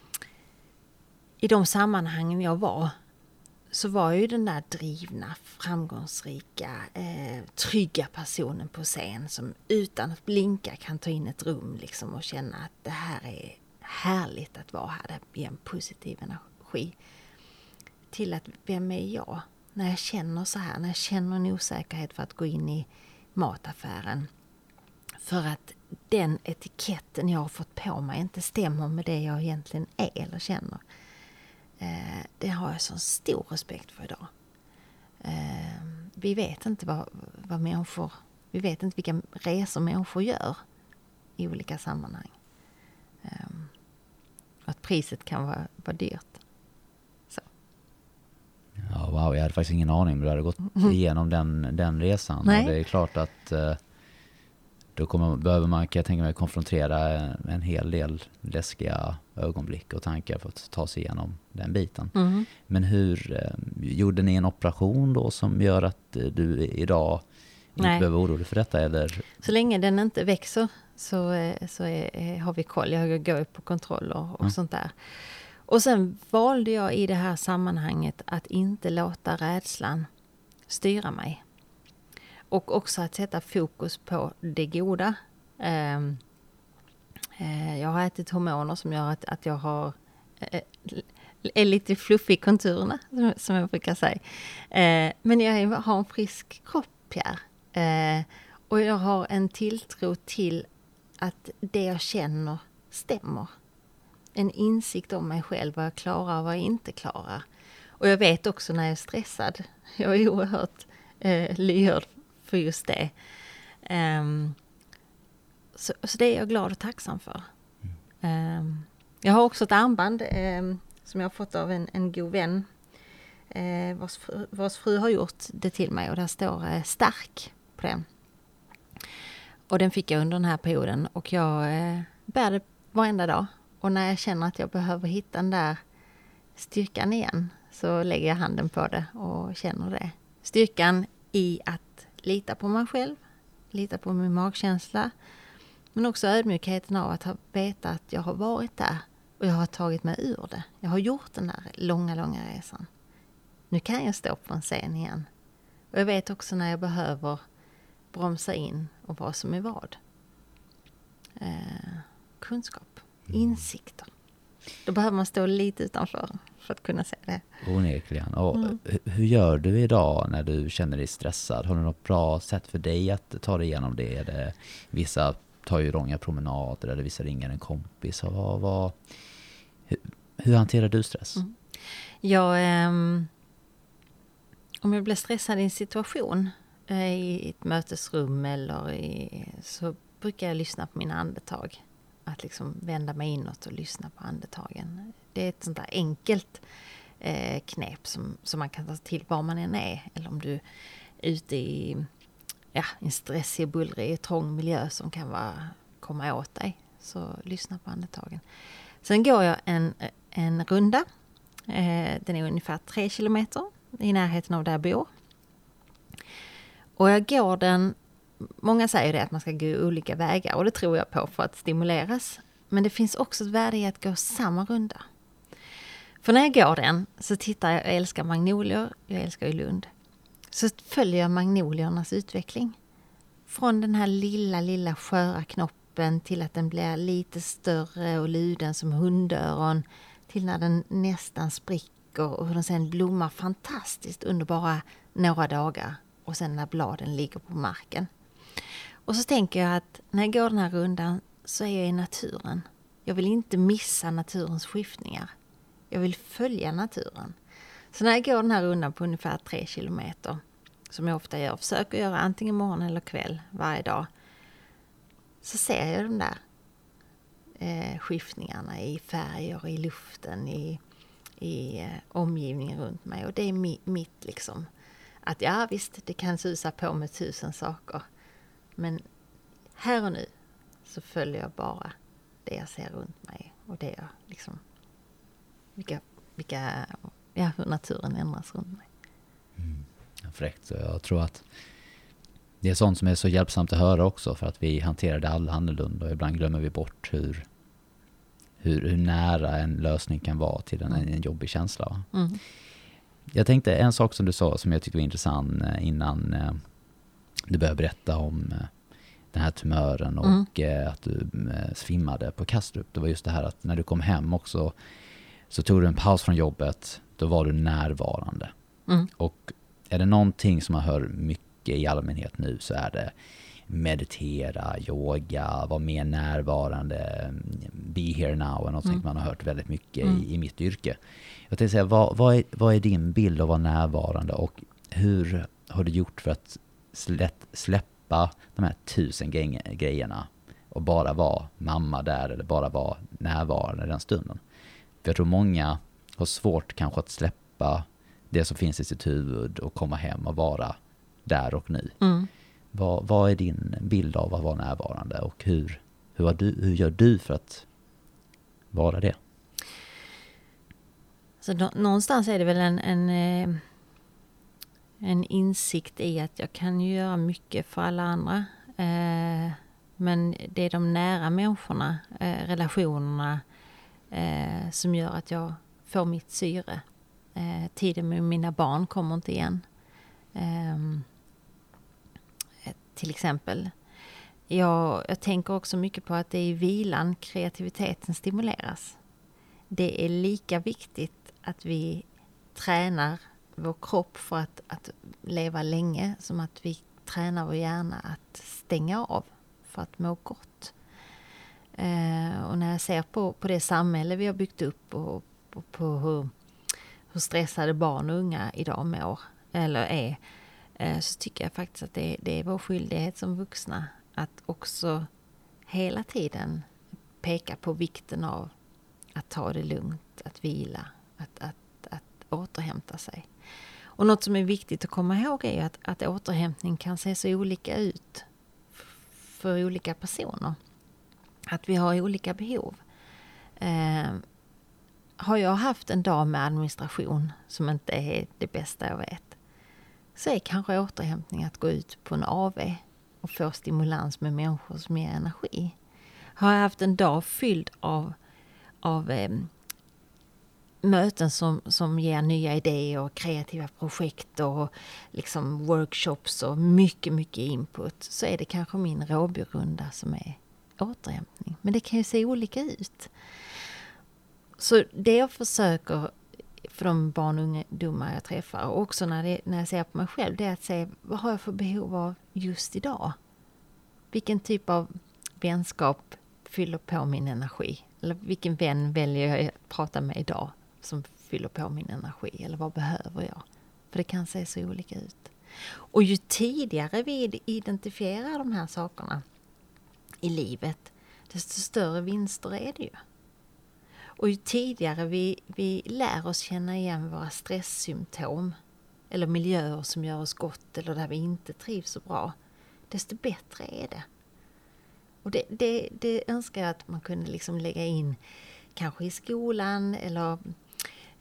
i de sammanhangen jag var, så var ju den där drivna, framgångsrika, eh, trygga personen på scen som utan att blinka kan ta in ett rum liksom och känna att det här är härligt att vara här, det ger en positiv energi. Till att, vem är jag? När jag känner så här, när jag känner en osäkerhet för att gå in i mataffären. För att den etiketten jag har fått på mig inte stämmer med det jag egentligen är eller känner. Eh, det har jag så stor respekt för idag. Eh, vi vet inte vad, vad människor, vi vet inte vilka resor människor gör i olika sammanhang. Eh, att priset kan vara, vara dyrt. Så. Ja, wow, jag hade faktiskt ingen aning om du hade gått igenom den, den resan. Nej. Och det är klart att eh, då kommer, behöver man, kan jag tänka mig, konfrontera en hel del läskiga ögonblick och tankar för att ta sig igenom den biten. Mm. Men hur, eh, gjorde ni en operation då som gör att eh, du idag inte Nej. behöver oroa dig för detta? Eller? Så länge den inte växer så, eh, så är, har vi koll. Jag går på kontroller och Mm. sånt där. Och sen valde jag i det här sammanhanget att inte låta rädslan styra mig. Och också att sätta fokus på det goda. Eh, eh, jag har ätit hormoner som gör att, att jag har eh, är lite fluffig i konturerna, som, som jag brukar säga. Eh, men jag har en frisk kropp, Pierre. Eh, och jag har en tilltro till att det jag känner stämmer. En insikt om mig själv, vad jag klarar och vad jag inte klarar. Och jag vet också när jag är stressad. Jag är oerhört eh, lyhörd för just det. Um, så, så det är jag glad och tacksam för. Um, jag har också ett armband um, som jag har fått av en, en god vän. Uh, vars, fru, vars fru har gjort det till mig och där står uh, stark på den. Och den fick jag under den här perioden och jag uh, bär det varenda dag. Och när jag känner att jag behöver hitta den där styrkan igen så lägger jag handen på det och känner det. Styrkan i att lita på mig själv, lita på min magkänsla. Men också ödmjukheten av att ha veta att jag har varit där och jag har tagit mig ur det. Jag har gjort den där långa, långa resan. Nu kan jag stå på en scen igen. Och jag vet också när jag behöver bromsa in och vad som är vad. Eh, kunskap, insikter. Då behöver man stå lite utanför för att kunna se det. Onekligen. Och Mm. hur gör du idag när du känner dig stressad? Har du något bra sätt för dig att ta dig igenom det? Är det vissa tar ju långa promenader eller vissa ringer en kompis. Och vad, vad, hur, hur hanterar du stress? Mm. Jag, ähm, om jag blir stressad i en situation äh, i ett mötesrum eller i, så brukar jag lyssna på mina andetag. Att liksom vända mig inåt och lyssna på andetagen. Det är ett sånt där enkelt eh, knep som, som man kan ta till var man än är. Eller om du är ute i ja, en stressig, bullrig, trång miljö som kan vara, komma åt dig. Så lyssna på andetagen. Sen går jag en, en runda Eh, den är ungefär tre kilometer i närheten av där jag bor. Och jag går den, många säger det att man ska gå olika vägar och det tror jag på för att stimuleras. Men det finns också ett värde i att gå samma runda. För när jag går den så tittar jag, jag älskar magnolior, jag älskar ju Lund. Så följer jag magnoliernas utveckling. Från den här lilla, lilla sköra knoppen till att den blir lite större och luden som hundöron. Till när den nästan spricker och hur den sen blommar fantastiskt under bara några dagar. Och sen när bladen ligger på marken. Och så tänker jag att när jag går den här rundan så är jag i naturen. Jag vill inte missa naturens skiftningar. Jag vill följa naturen. Så när jag går den här rundan på ungefär tre kilometer, som jag ofta gör, försöker göra antingen morgon eller kväll varje dag, så ser jag de där eh, skiftningarna i färger, i luften, i, i eh, omgivningen runt mig. Och det är mi, mitt liksom, att ja visst, det kan susa på med tusen saker, men här och nu så följer jag bara det jag ser runt mig och det jag liksom, vilka, vilka, ja, hur naturen ändras runt mig. Mm. Fräckt. Jag tror att det är sånt som är så hjälpsamt att höra också, för att vi hanterar det alla annorlunda och ibland glömmer vi bort hur, hur, hur nära en lösning kan vara till en, en jobbig känsla. Mm. Jag tänkte en sak som du sa som jag tyckte var intressant innan eh, du började berätta om eh, den här tumören och mm. eh, att du eh, svimmade på Kastrup. Det var just det här att när du kom hem också så tog du en paus från jobbet, då var du närvarande. Mm. Och är det någonting som man hör mycket i allmänhet nu så är det meditera, yoga, vara mer närvarande, be here now och något mm. som man har hört väldigt mycket mm. i, i mitt yrke. Jag tänkte säga, vad, vad, är, vad är din bild av att vara närvarande och hur har du gjort för att släpp, släppa de här tusen gre- grejerna och bara vara mamma där eller bara vara närvarande den stunden? För jag tror många har svårt kanske att släppa det som finns i sitt huvud och komma hem och vara där och nu. Mm. Vad, vad är din bild av att vara närvarande och hur, hur, har du, hur gör du för att vara det? Så nå- någonstans är det väl en, en, eh, en insikt i att jag kan ju göra mycket för alla andra. Eh, men det är de nära människorna, eh, relationerna eh, som gör att jag får mitt syre. Eh, tiden med mina barn kommer inte igen. Eh, till exempel. Jag, jag tänker också mycket på att det är i vilan kreativiteten stimuleras. Det är lika viktigt att vi tränar vår kropp för att, att leva länge som att vi tränar vår hjärna att stänga av för att må gott. Eh, och när jag ser på, på det samhälle vi har byggt upp och, och på hur, hur stressade barn och unga idag mår eller är, eh, så tycker jag faktiskt att det, det är vår skyldighet som vuxna att också hela tiden peka på vikten av att ta det lugnt, att vila, att, att, att återhämta sig. Och något som är viktigt att komma ihåg är att, att återhämtning kan se så olika ut för olika personer. Att vi har olika behov. Eh, har jag haft en dag med administration som inte är det bästa jag vet, så är kanske återhämtning att gå ut på en A V och få stimulans med människor som ger energi. Har jag haft en dag fylld av, av eh, möten som, som ger nya idéer och kreativa projekt och liksom workshops och mycket, mycket input, så är det kanske min råbyrunda som är återhämtning. Men det kan ju se olika ut. Så det jag försöker för de barn och ungdomar jag träffar, och också när, det, när jag ser på mig själv, det är att se vad har jag för behov av just idag? Vilken typ av vänskap fyller på min energi? Eller vilken vän väljer jag att prata med idag som fyller på min energi? Eller vad behöver jag? För det kan se så olika ut. Och ju tidigare vi identifierar de här sakerna i livet, desto större vinster är det ju. Och ju tidigare vi, vi lär oss känna igen våra stresssymptom eller miljöer som gör oss gott eller där vi inte trivs så bra, desto bättre är det. Och det, det, det önskar jag att man kunde liksom lägga in kanske i skolan eller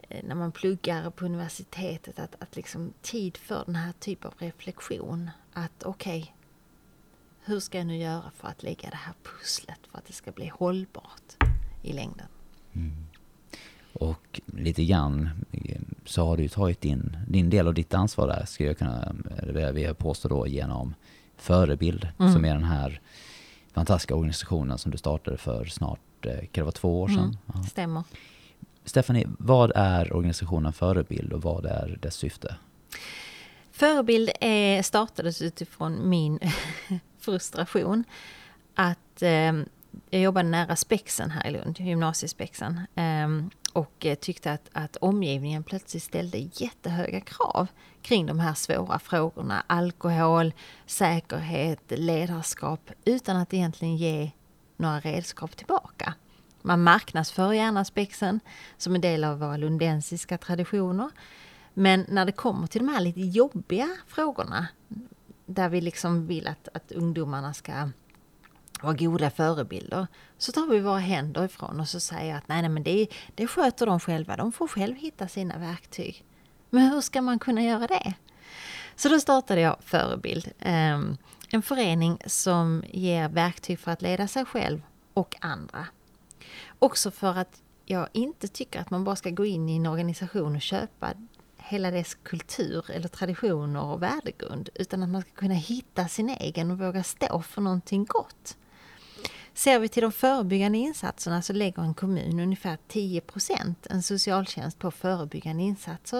när man pluggar på universitetet, att, att liksom tid för den här typen av reflektion. Att okej, okay, hur ska jag nu göra för att lägga det här pusslet för att det ska bli hållbart i längden? Mm. Och lite grann så har du tagit in din del av ditt ansvar där, ska jag kunna vi påstå då, genom Förebild, mm. som är den här fantastiska organisationen som du startade för snart, kan det vara två år sedan? Mm, ja. Stämmer. Stephanie, vad är organisationen Förebild och vad är dess syfte? Förebild är, startades utifrån min frustration att eh, jag jobbade nära Spexen här i Lund, gymnasiespexen, eh, och tyckte att, att omgivningen plötsligt ställde jättehöga krav kring de här svåra frågorna. Alkohol, säkerhet, ledarskap, utan att egentligen ge några redskap tillbaka. Man marknadsför gärna Spexen som en del av våra lundensiska traditioner. Men när det kommer till de här lite jobbiga frågorna, där vi liksom vill att, att ungdomarna ska vara goda förebilder, så tar vi våra händer ifrån och så säger att nej, nej men det, det sköter de själva. De får själv hitta sina verktyg. Men hur ska man kunna göra det? Så då startade jag Förebild. Eh, en förening som ger verktyg för att leda sig själv och andra. Också för att jag inte tycker att man bara ska gå in i en organisation och köpa hela dess kultur eller traditioner och värdegrund, utan att man ska kunna hitta sin egen och våga stå för någonting gott. Ser vi till de förebyggande insatserna så lägger en kommun ungefär tio procent en socialtjänst på förebyggande insatser.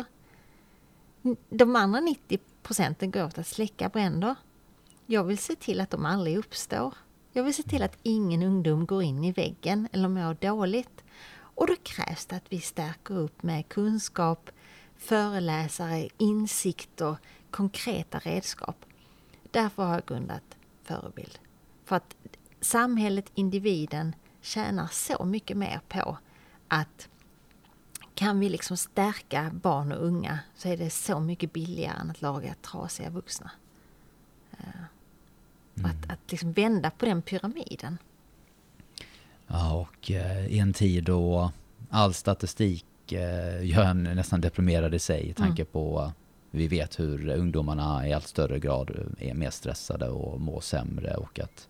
De andra nittio procenten går åt att släcka bränder. Jag vill se till att de aldrig uppstår. Jag vill se till att ingen ungdom går in i väggen eller mår dåligt. Och då krävs det att vi stärker upp med kunskap, föreläsare, insikter, konkreta redskap. Därför har jag grundat Förebild. För att samhället, individen tjänar så mycket mer på att kan vi liksom stärka barn och unga, så är det så mycket billigare än att laga trasiga vuxna. Mm. Att, att liksom vända på den pyramiden. Ja, och eh, i en tid då all statistik eh, gör en nästan deprimerad i sig. I tanke mm. på uh, vi vet hur ungdomarna i allt större grad är mer stressade och mår sämre. Och att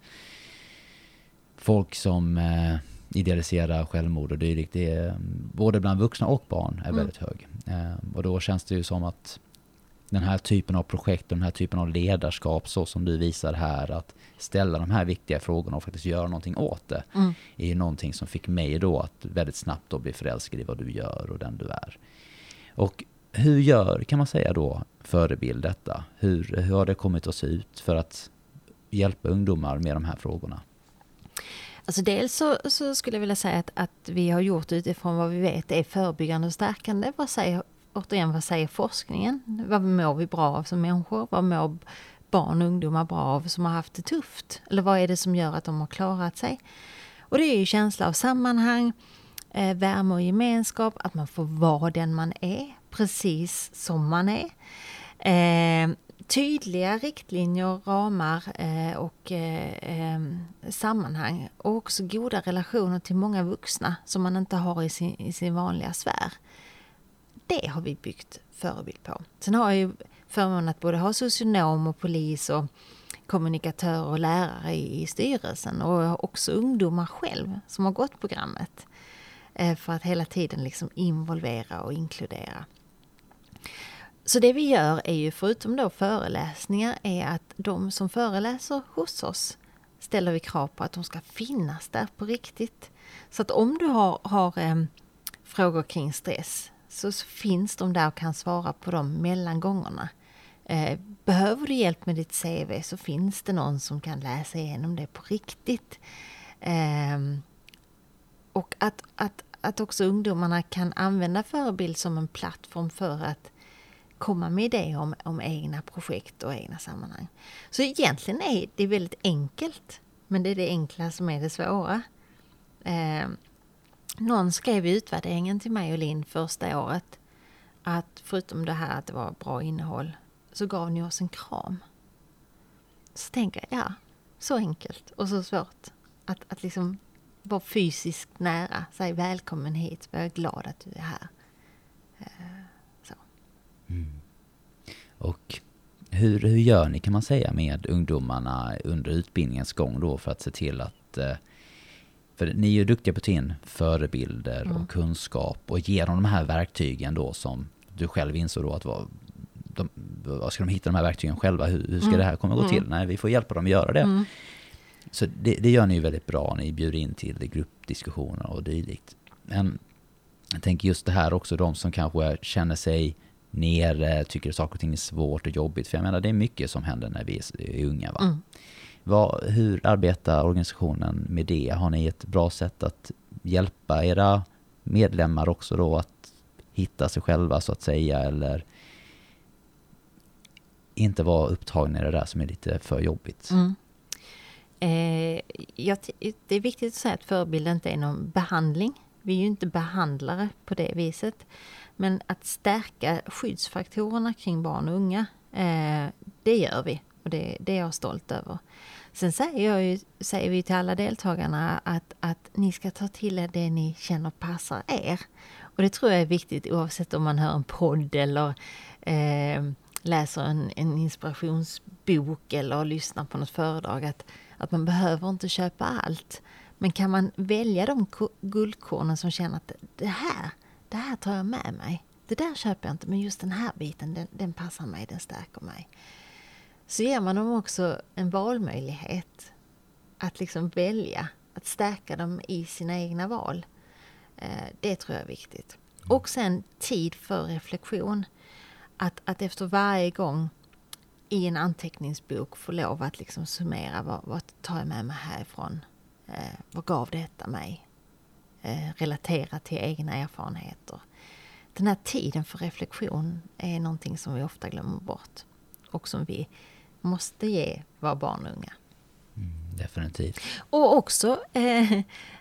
folk som eh, idealiserar självmord och dylikt, det är, både bland vuxna och barn är mm. väldigt hög. Eh, och då känns det ju som att den här typen av projekt, den här typen av ledarskap, så som du visar här, att ställa de här viktiga frågorna och faktiskt göra någonting åt det, mm. är någonting som fick mig då att väldigt snabbt då bli förälskad i vad du gör och den du är. Och hur gör, kan man säga då, Förebild detta? Hur, hur har det kommit att se ut för att hjälpa ungdomar med de här frågorna? Alltså dels så, så skulle jag vilja säga att, att vi har gjort utifrån vad vi vet är förebyggande och stärkande. Vad säger Återigen, vad säger forskningen? Vad mår vi bra av som människor? Vad mår barn och ungdomar bra av som har haft det tufft? Eller vad är det som gör att de har klarat sig? Och det är ju känsla av sammanhang, eh, värme och gemenskap, att man får vara den man är, precis som man är. Eh, tydliga riktlinjer, ramar eh, och eh, eh, sammanhang. Och också goda relationer till många vuxna som man inte har i sin, i sin vanliga sfär. Det har vi byggt Förebild på. Sen har jag ju förmånen att både ha socionom och polis och kommunikatör och lärare i, i styrelsen. Och också ungdomar själv som har gått programmet. Eh, för att hela tiden liksom involvera och inkludera. Så det vi gör är ju, förutom då föreläsningar, är att de som föreläser hos oss ställer vi krav på att de ska finnas där på riktigt. Så att om du har, har eh, frågor kring stress, så finns de där och kan svara på dem mellan gångerna. Eh, behöver du hjälp med ditt C V, så finns det någon som kan läsa igenom det på riktigt. Eh, och att, att, att också ungdomarna kan använda Förebild som en plattform för att komma med idéer om, om egna projekt och egna sammanhang. Så egentligen är det väldigt enkelt, men det är det enkla som är det svåra. Eh, Någon skrev i utvärderingen till mig och Linn första året att förutom det här att det var bra innehåll, så gav ni oss en kram. Så tänker jag, ja, så enkelt och så svårt att, att liksom vara fysiskt nära, säga välkommen hit, jag är glad att du är här. Så. Mm. Och hur, hur gör ni kan man säga med ungdomarna under utbildningens gång då för att se till att, för ni är ju duktiga på att ta in förebilder mm. och kunskap och ge dem de här verktygen då som du själv insåg då att vad, de, vad ska de hitta de här verktygen själva, hur, hur ska mm. det här komma gå till? Mm. Nej, vi får hjälpa dem att göra det. Mm. Så det, det gör ni ju väldigt bra, ni bjuder in till gruppdiskussioner och dylikt. Men jag tänker just det här också, de som kanske känner sig nere, tycker att saker och ting är svårt och jobbigt. För jag menar, det är mycket som händer när vi är, är unga. Va? Mm. Vad, hur arbetar organisationen med det? Har ni ett bra sätt att hjälpa era medlemmar också då att hitta sig själva så att säga, eller inte vara upptagna i det där som är lite för jobbigt? Mm. Eh, jag, det är viktigt att säga att förebild inte är någon behandling. Vi är ju inte behandlare på det viset. Men att stärka skyddsfaktorerna kring barn och unga, eh, det gör vi. Och det, det är jag stolt över. Sen säger, jag ju, säger vi till alla deltagarna att, att ni ska ta till er det ni känner passar er. Och det tror jag är viktigt oavsett om man hör en podd eller eh, läser en, en inspirationsbok eller lyssnar på något föredrag. Att, att man behöver inte köpa allt. Men kan man välja de guldkornen som känner att det här, det här tar jag med mig. Det där köper jag inte, men just den här biten, den, den passar mig, den stärker mig. Så ger man dem också en valmöjlighet att liksom välja, att stärka dem i sina egna val. Eh, det tror jag är viktigt. Och sen tid för reflektion. Att, att efter varje gång i en anteckningsbok få lov att liksom summera vad, vad tar jag med mig härifrån. Eh, vad gav detta mig? Eh, relatera till egna erfarenheter. Den här tiden för reflektion är någonting som vi ofta glömmer bort. Och som vi måste ge våra barn och unga. Mm, definitivt. Och också eh,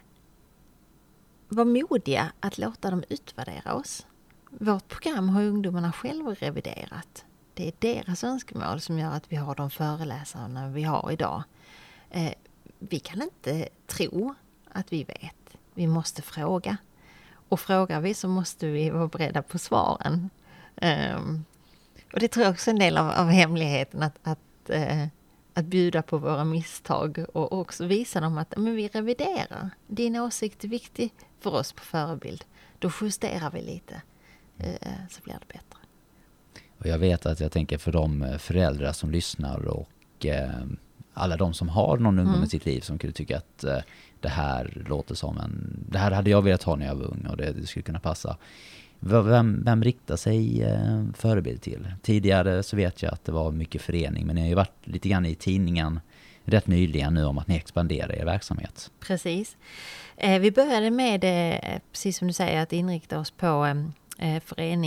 vara modiga att låta dem utvärdera oss. Vårt program har ungdomarna själva reviderat. Det är deras önskemål som gör att vi har de föreläsarna vi har idag. Eh, vi kan inte tro att vi vet. Vi måste fråga. Och frågar vi så måste vi vara beredda på svaren. Um, och det tror jag också är en del av, av hemligheten. Att, att, uh, att bjuda på våra misstag. Och också visa dem att men vi reviderar. Din åsikt är viktig för oss på förebild. Då justerar vi lite. Uh, så blir det bättre. Och jag vet att jag tänker för de föräldrar som lyssnar och eh, alla de som har någon ungdom mm. i sitt liv som kunde tycka att eh, det här låter som en... Det här hade jag velat ha när jag var ung och det, det skulle kunna passa. Vem, vem riktar sig eh, förebild till? Tidigare så vet jag att det var mycket förening, men ni har ju varit lite grann i tidningen rätt nyligen nu om att ni expanderar er verksamhet. Precis. Eh, vi började med, eh, precis som du säger, att inrikta oss på eh,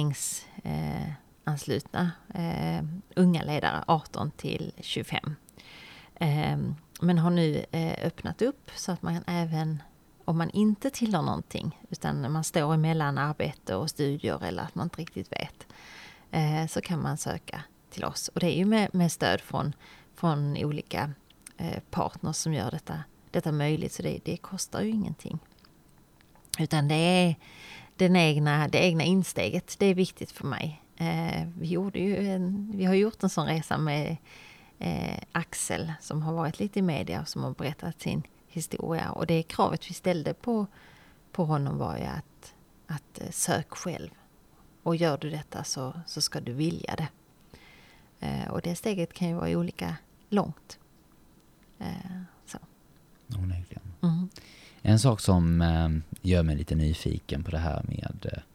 föreningsanslutna eh, unga ledare arton till tjugofem. Eh, men har nu eh, öppnat upp så att man även, om man inte tillhör någonting utan man står emellan arbete och studier eller att man inte riktigt vet, eh, så kan man söka till oss. Och det är ju med, med stöd från, från olika eh, partners som gör detta, detta möjligt, så det, det kostar ju ingenting. Utan det är den egna, det egna insteget, det är viktigt för mig. Eh, vi, gjorde ju en, vi har gjort en sån resa med Eh, Axel som har varit lite i media och som har berättat sin historia, och det kravet vi ställde på, på honom var ju att, att eh, sök själv, och gör du detta så, så ska du vilja det, eh, och det steget kan ju vara olika långt. eh, så. Onekligen. Mm. En sak som eh, gör mig lite nyfiken på det här med eh,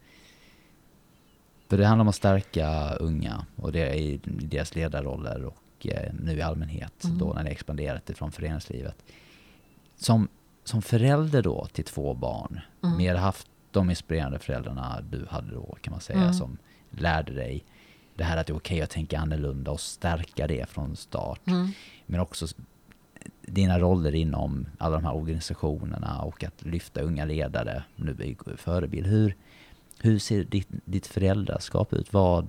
för det handlar om att stärka unga och det är i deras ledarroller och nu i allmänhet mm. då när det expanderat ifrån föreningslivet. Som, som förälder då till två barn, mm. mer haft de inspirerande föräldrarna du hade då kan man säga mm. som lärde dig det här att det är okej att tänka annorlunda och stärka det från start. Mm. Men också dina roller inom alla de här organisationerna och att lyfta unga ledare nu i förebild. Hur, hur ser ditt, ditt föräldraskap ut? Vad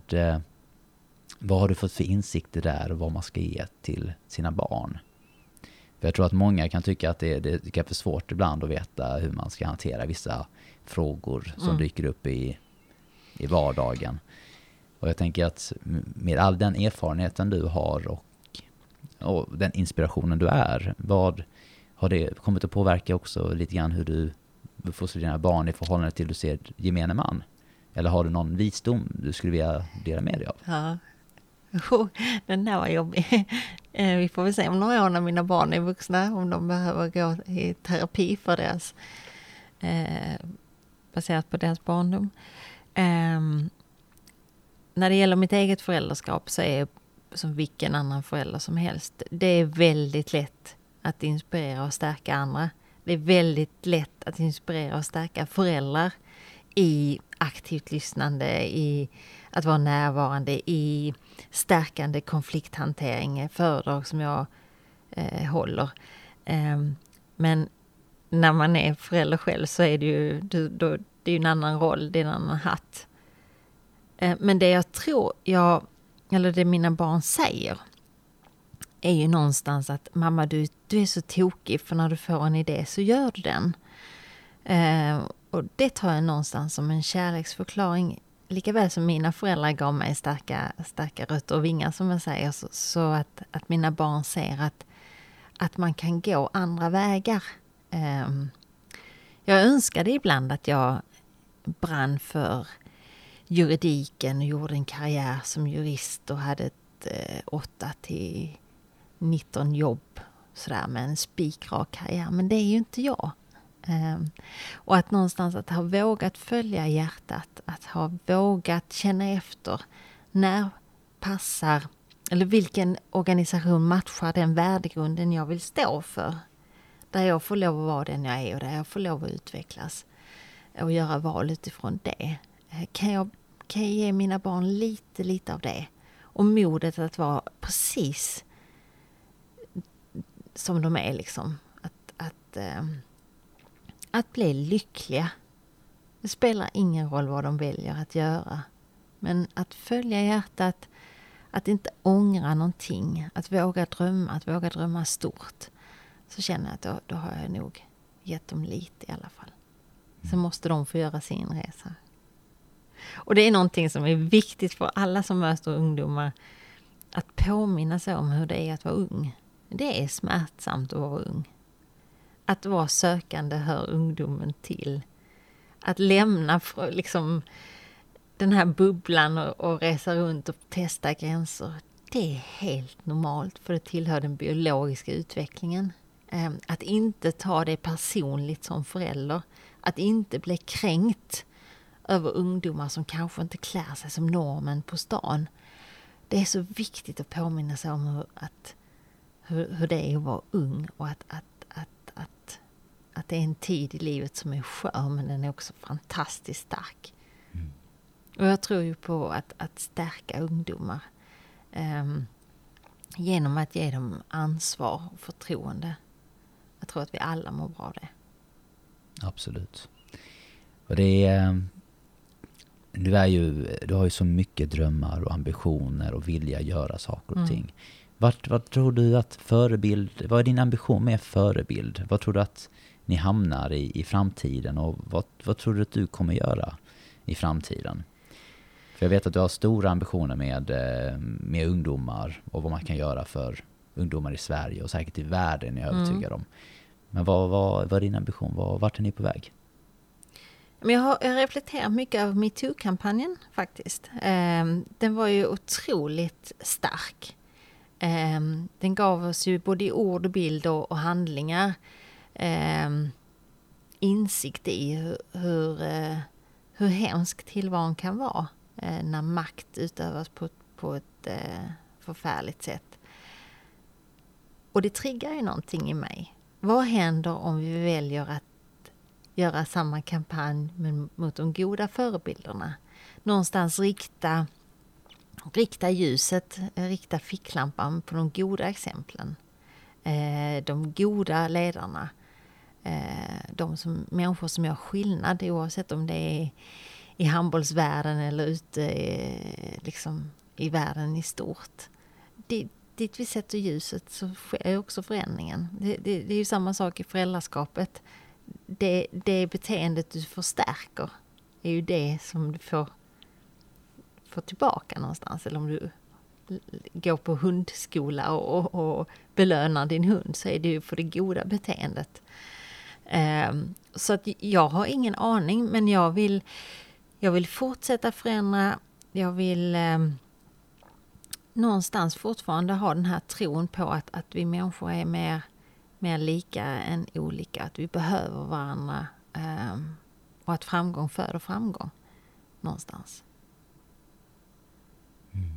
Vad har du fått för insikter där och vad man ska ge till sina barn? För jag tror att många kan tycka att det, det kan vara svårt ibland att veta hur man ska hantera vissa frågor som mm. dyker upp i i vardagen. Och jag tänker att med all den erfarenheten du har och, och den inspirationen du är, vad har det kommit att påverka också lite grann hur du får dina barn i förhållande till du ser gemene man? Eller har du någon visdom du skulle vilja dela med dig av? Ja, oh, den där var jobbig. Vi får väl se om några år när mina barn är vuxna, om de behöver gå i terapi för deras, eh, baserat på deras barndom. Eh, när det gäller mitt eget föräldraskap så är jag som vilken annan förälder som helst. Det är väldigt lätt att inspirera och stärka andra. Det är väldigt lätt att inspirera och stärka föräldrar i aktivt lyssnande, i att vara närvarande, i stärkande konflikthantering, föredrag som jag eh, håller. Eh, men när man är förälder själv så är det ju, då, då, det är ju en annan roll, det är en annan hatt. Eh, men det jag tror, jag, eller det mina barn säger, är ju någonstans att mamma, du, du är så tokig, för när du får en idé så gör du den. Eh, och det tar jag någonstans som en kärleksförklaring. Lika väl som mina föräldrar gav mig starka, starka rötter och vingar, som jag säger, så, så att, att mina barn ser att, att man kan gå andra vägar. Eh, jag önskade ibland att jag brann för juridiken och gjorde en karriär som jurist och hade ett eh, åtta till nitton jobb sådär, med en spikrak karriär. Men det är ju inte jag. Um, och att någonstans att ha vågat följa hjärtat, att ha vågat känna efter när passar, eller vilken organisation matchar den värdegrunden jag vill stå för, där jag får lov att vara den jag är och där jag får lov att utvecklas och göra val utifrån det. Kan jag, kan jag ge mina barn lite, lite av det, och modet att vara precis som de är, liksom att, att um, Att bli lyckliga. Det spelar ingen roll vad de väljer att göra. Men att följa hjärtat, att inte ångra någonting, att våga drömma, att våga drömma stort. Så känner jag att då, då har jag nog gett dem lite i alla fall. Sen måste de få göra sin resa. Och det är någonting som är viktigt för alla som möter ungdomar. Att påminna sig om hur det är att vara ung. Det är smärtsamt att vara ung. Att vara sökande hör ungdomen till. Att lämna liksom den här bubblan och, och resa runt och testa gränser. Det är helt normalt, för det tillhör den biologiska utvecklingen. Eh, att inte ta det personligt som förälder. Att inte bli kränkt över ungdomar som kanske inte klär sig som normen på stan. Det är så viktigt att påminna sig om hur, att, hur, hur det är att vara ung, och att, att Att det är en tid i livet som är skör, men den är också fantastiskt stark. Mm. Och jag tror ju på att, att stärka ungdomar um, genom att ge dem ansvar och förtroende. Jag tror att vi alla mår bra av det. Absolut. Och det är, du, är ju, du har ju så mycket drömmar och ambitioner och vilja göra saker och mm. ting. Vart, vad tror du att förebild, vad är din ambition med förebild? Vad tror du att ni hamnar i, i framtiden, och vad, vad tror du att du kommer göra i framtiden? För jag vet att du har stora ambitioner med, med ungdomar och vad man kan göra för ungdomar i Sverige och säkert i världen, jag är övertygad om. Men vad, vad, vad är din ambition? Vad, vart är ni på väg? Jag har, jag har reflekterat mycket över MeToo-kampanjen faktiskt. Um, den var ju otroligt stark. Um, den gav oss ju både i ord och bild och, och handlingar um, insikt i hur, hur, uh, hur hemsk tillvaron kan vara uh, när makt utövas på, på ett uh, förfärligt sätt. Och det triggar ju någonting i mig. Vad händer om vi väljer att göra samma kampanj men mot de goda förebilderna? Någonstans rikta, rikta ljuset, rikta ficklampan på de goda exemplen. Eh, de goda ledarna. Eh, de som, människor som gör skillnad, oavsett om det är i handbollsvärlden eller ute eh, liksom i världen i stort. Det, dit vi sätter ljuset så sker också förändringen. Det, det, det är ju samma sak i föräldraskapet. Det, det beteendet du förstärker är ju det som du får får tillbaka någonstans. Eller om du går på hundskola och, och, och belönar din hund, så är det ju för det goda beteendet. Um, så att jag har ingen aning, men jag vill, jag vill fortsätta förändra. Jag vill um, någonstans fortfarande ha den här tron på att, att vi människor är mer, mer lika än olika. Att vi behöver varandra um, och att framgång föder framgång någonstans. Mm.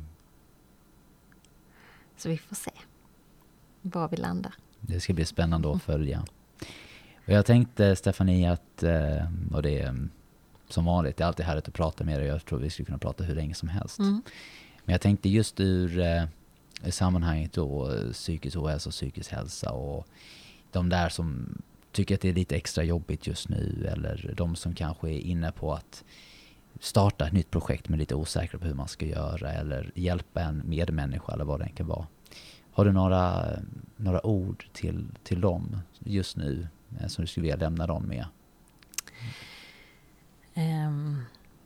Så vi får se var vi landar. Det ska bli spännande att följa. Och jag tänkte, Stephanie, att och det är som vanligt, det är alltid härligt att prata med dig. Jag tror vi skulle kunna prata hur länge som helst. Mm. Men jag tänkte just ur eh, sammanhanget då, psykisk ohälsa och psykisk hälsa och de där som tycker att det är lite extra jobbigt just nu, eller de som kanske är inne på att starta ett nytt projekt men lite osäkra på hur man ska göra, eller hjälpa en medmänniska eller vad det kan vara. Har du några, några ord till, till dem just nu eh, som du skulle vilja lämna dem med? Um,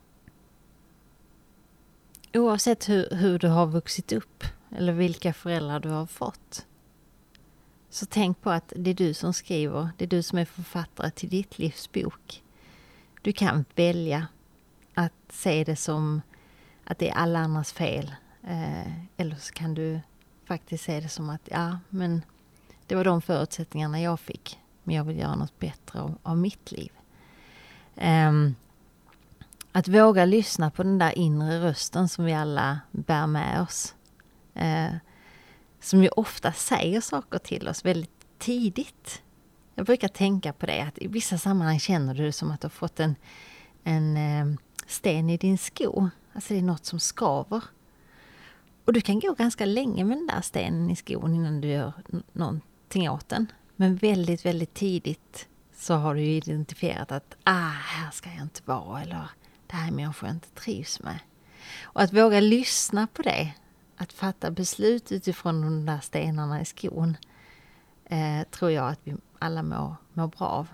oavsett hur, hur du har vuxit upp eller vilka föräldrar du har fått, så tänk på att det är du som skriver, det är du som är författare till ditt livs bok. Du kan välja att se det som att det är alla andras fel, eh, eller så kan du faktiskt se det som att ja, men det var de förutsättningarna jag fick, men jag vill göra något bättre av, av mitt liv. Um, att våga lyssna på den där inre rösten som vi alla bär med oss. Uh, som ju ofta säger saker till oss väldigt tidigt. Jag brukar tänka på det, att i vissa sammanhang känner du det som att du har fått en, en uh, sten i din sko. Alltså det är något som skaver. Och du kan gå ganska länge med den där stenen i skon innan du gör n- någonting åt den. Men väldigt, väldigt tidigt så har du ju identifierat att ah, här ska jag inte vara, eller det här är människor jag inte trivs med. Och att våga lyssna på det, att fatta beslut utifrån de där stenarna i skon, eh, tror jag att vi alla mår, mår bra av.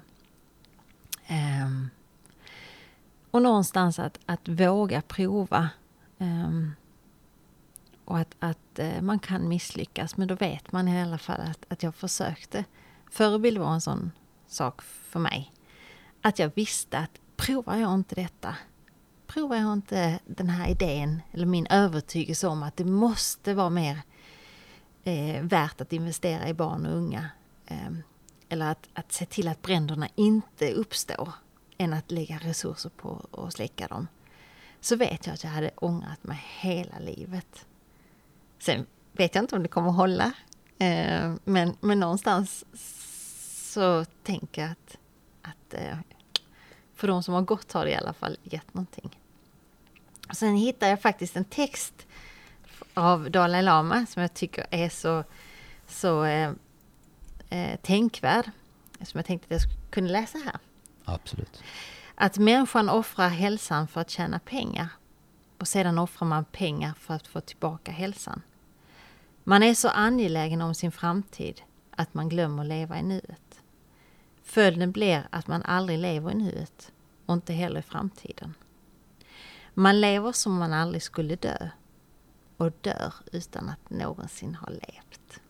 Um, och någonstans att, att våga prova. Um, och att, att uh, man kan misslyckas, men då vet man i alla fall att, att jag försökte. Förebild var en sån sak för mig. Att jag visste att provar jag inte detta, provar jag inte den här idén eller min övertygelse om att det måste vara mer eh, värt att investera i barn och unga. Eh, eller att, att se till att bränderna inte uppstår än att lägga resurser på att släcka dem. Så vet jag att jag hade ångrat mig hela livet. Sen vet jag inte om det kommer att hålla. Eh, men, men någonstans så tänker jag att, att eh, för de som har gått har det i alla fall gett någonting. Och sen hittar jag faktiskt en text av Dalai Lama som jag tycker är så, så eh, eh, tänkvärd. Som jag tänkte att jag skulle kunna läsa här. Absolut. Att människan offrar hälsan för att tjäna pengar. Och sedan offrar man pengar för att få tillbaka hälsan. Man är så angelägen om sin framtid att man glömmer leva i nuet. Följden blir att man aldrig lever i nuet och inte heller i framtiden. Man lever som man aldrig skulle dö och dör utan att någonsin ha levt.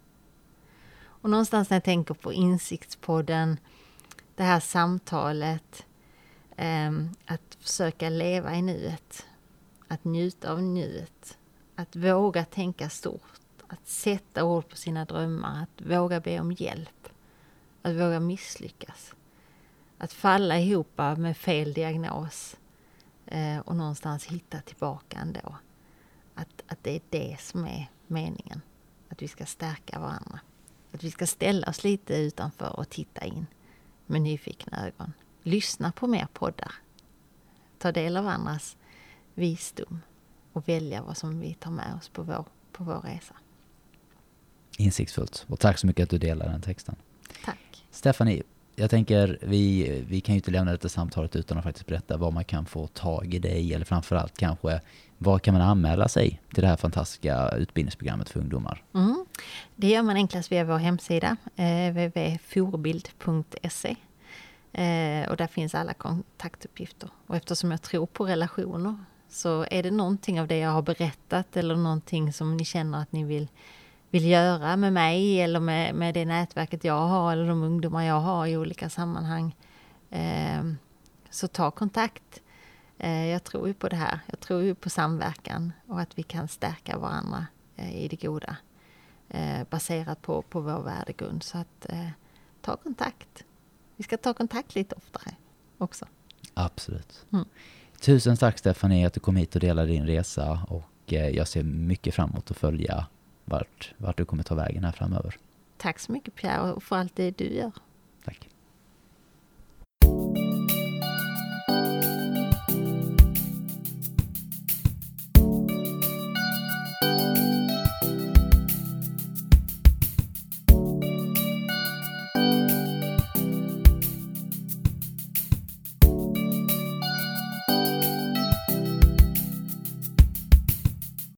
Och någonstans när jag tänker på Insiktspodden, det här samtalet, eh, att försöka leva i nuet, att njuta av nuet, att våga tänka stort, att sätta ord på sina drömmar, att våga be om hjälp, att våga misslyckas, att falla ihop med fel diagnos eh, och någonstans hitta tillbaka ändå. Att, att det är det som är meningen, att vi ska stärka varandra, att vi ska ställa oss lite utanför och titta in med nyfikna ögon. Lyssna på mer poddar, ta del av andras visdom och välja vad som vi tar med oss på vår, på vår resa. Insiktsfullt. Och tack så mycket att du delar den texten. Tack. Stephanie, jag tänker vi, vi kan ju inte lämna detta samtalet utan att faktiskt berätta vad man kan få tag i dig, eller framförallt kanske vad kan man anmäla sig till det här fantastiska utbildningsprogrammet för ungdomar? Mm. Det gör man enklast via vår hemsida eh, w w w punkt forbild punkt se eh, och där finns alla kontaktuppgifter. Och eftersom jag tror på relationer Så är det någonting av det jag har berättat eller någonting som ni känner att ni vill, vill göra med mig eller med, med det nätverket jag har eller de ungdomar jag har i olika sammanhang, eh, så ta kontakt. Eh, jag tror ju på det här. Jag tror ju på samverkan och att vi kan stärka varandra eh, i det goda. Eh, baserat på, på vår värdegrund. Så att eh, ta kontakt. Vi ska ta kontakt lite oftare också. Absolut. Mm. Tusen tack Stephanie att du kom hit och delade din resa, och eh, jag ser mycket fram emot att följa vart, vart du kommer ta vägen här framöver. Tack så mycket Pierre och för allt det du gör. Tack.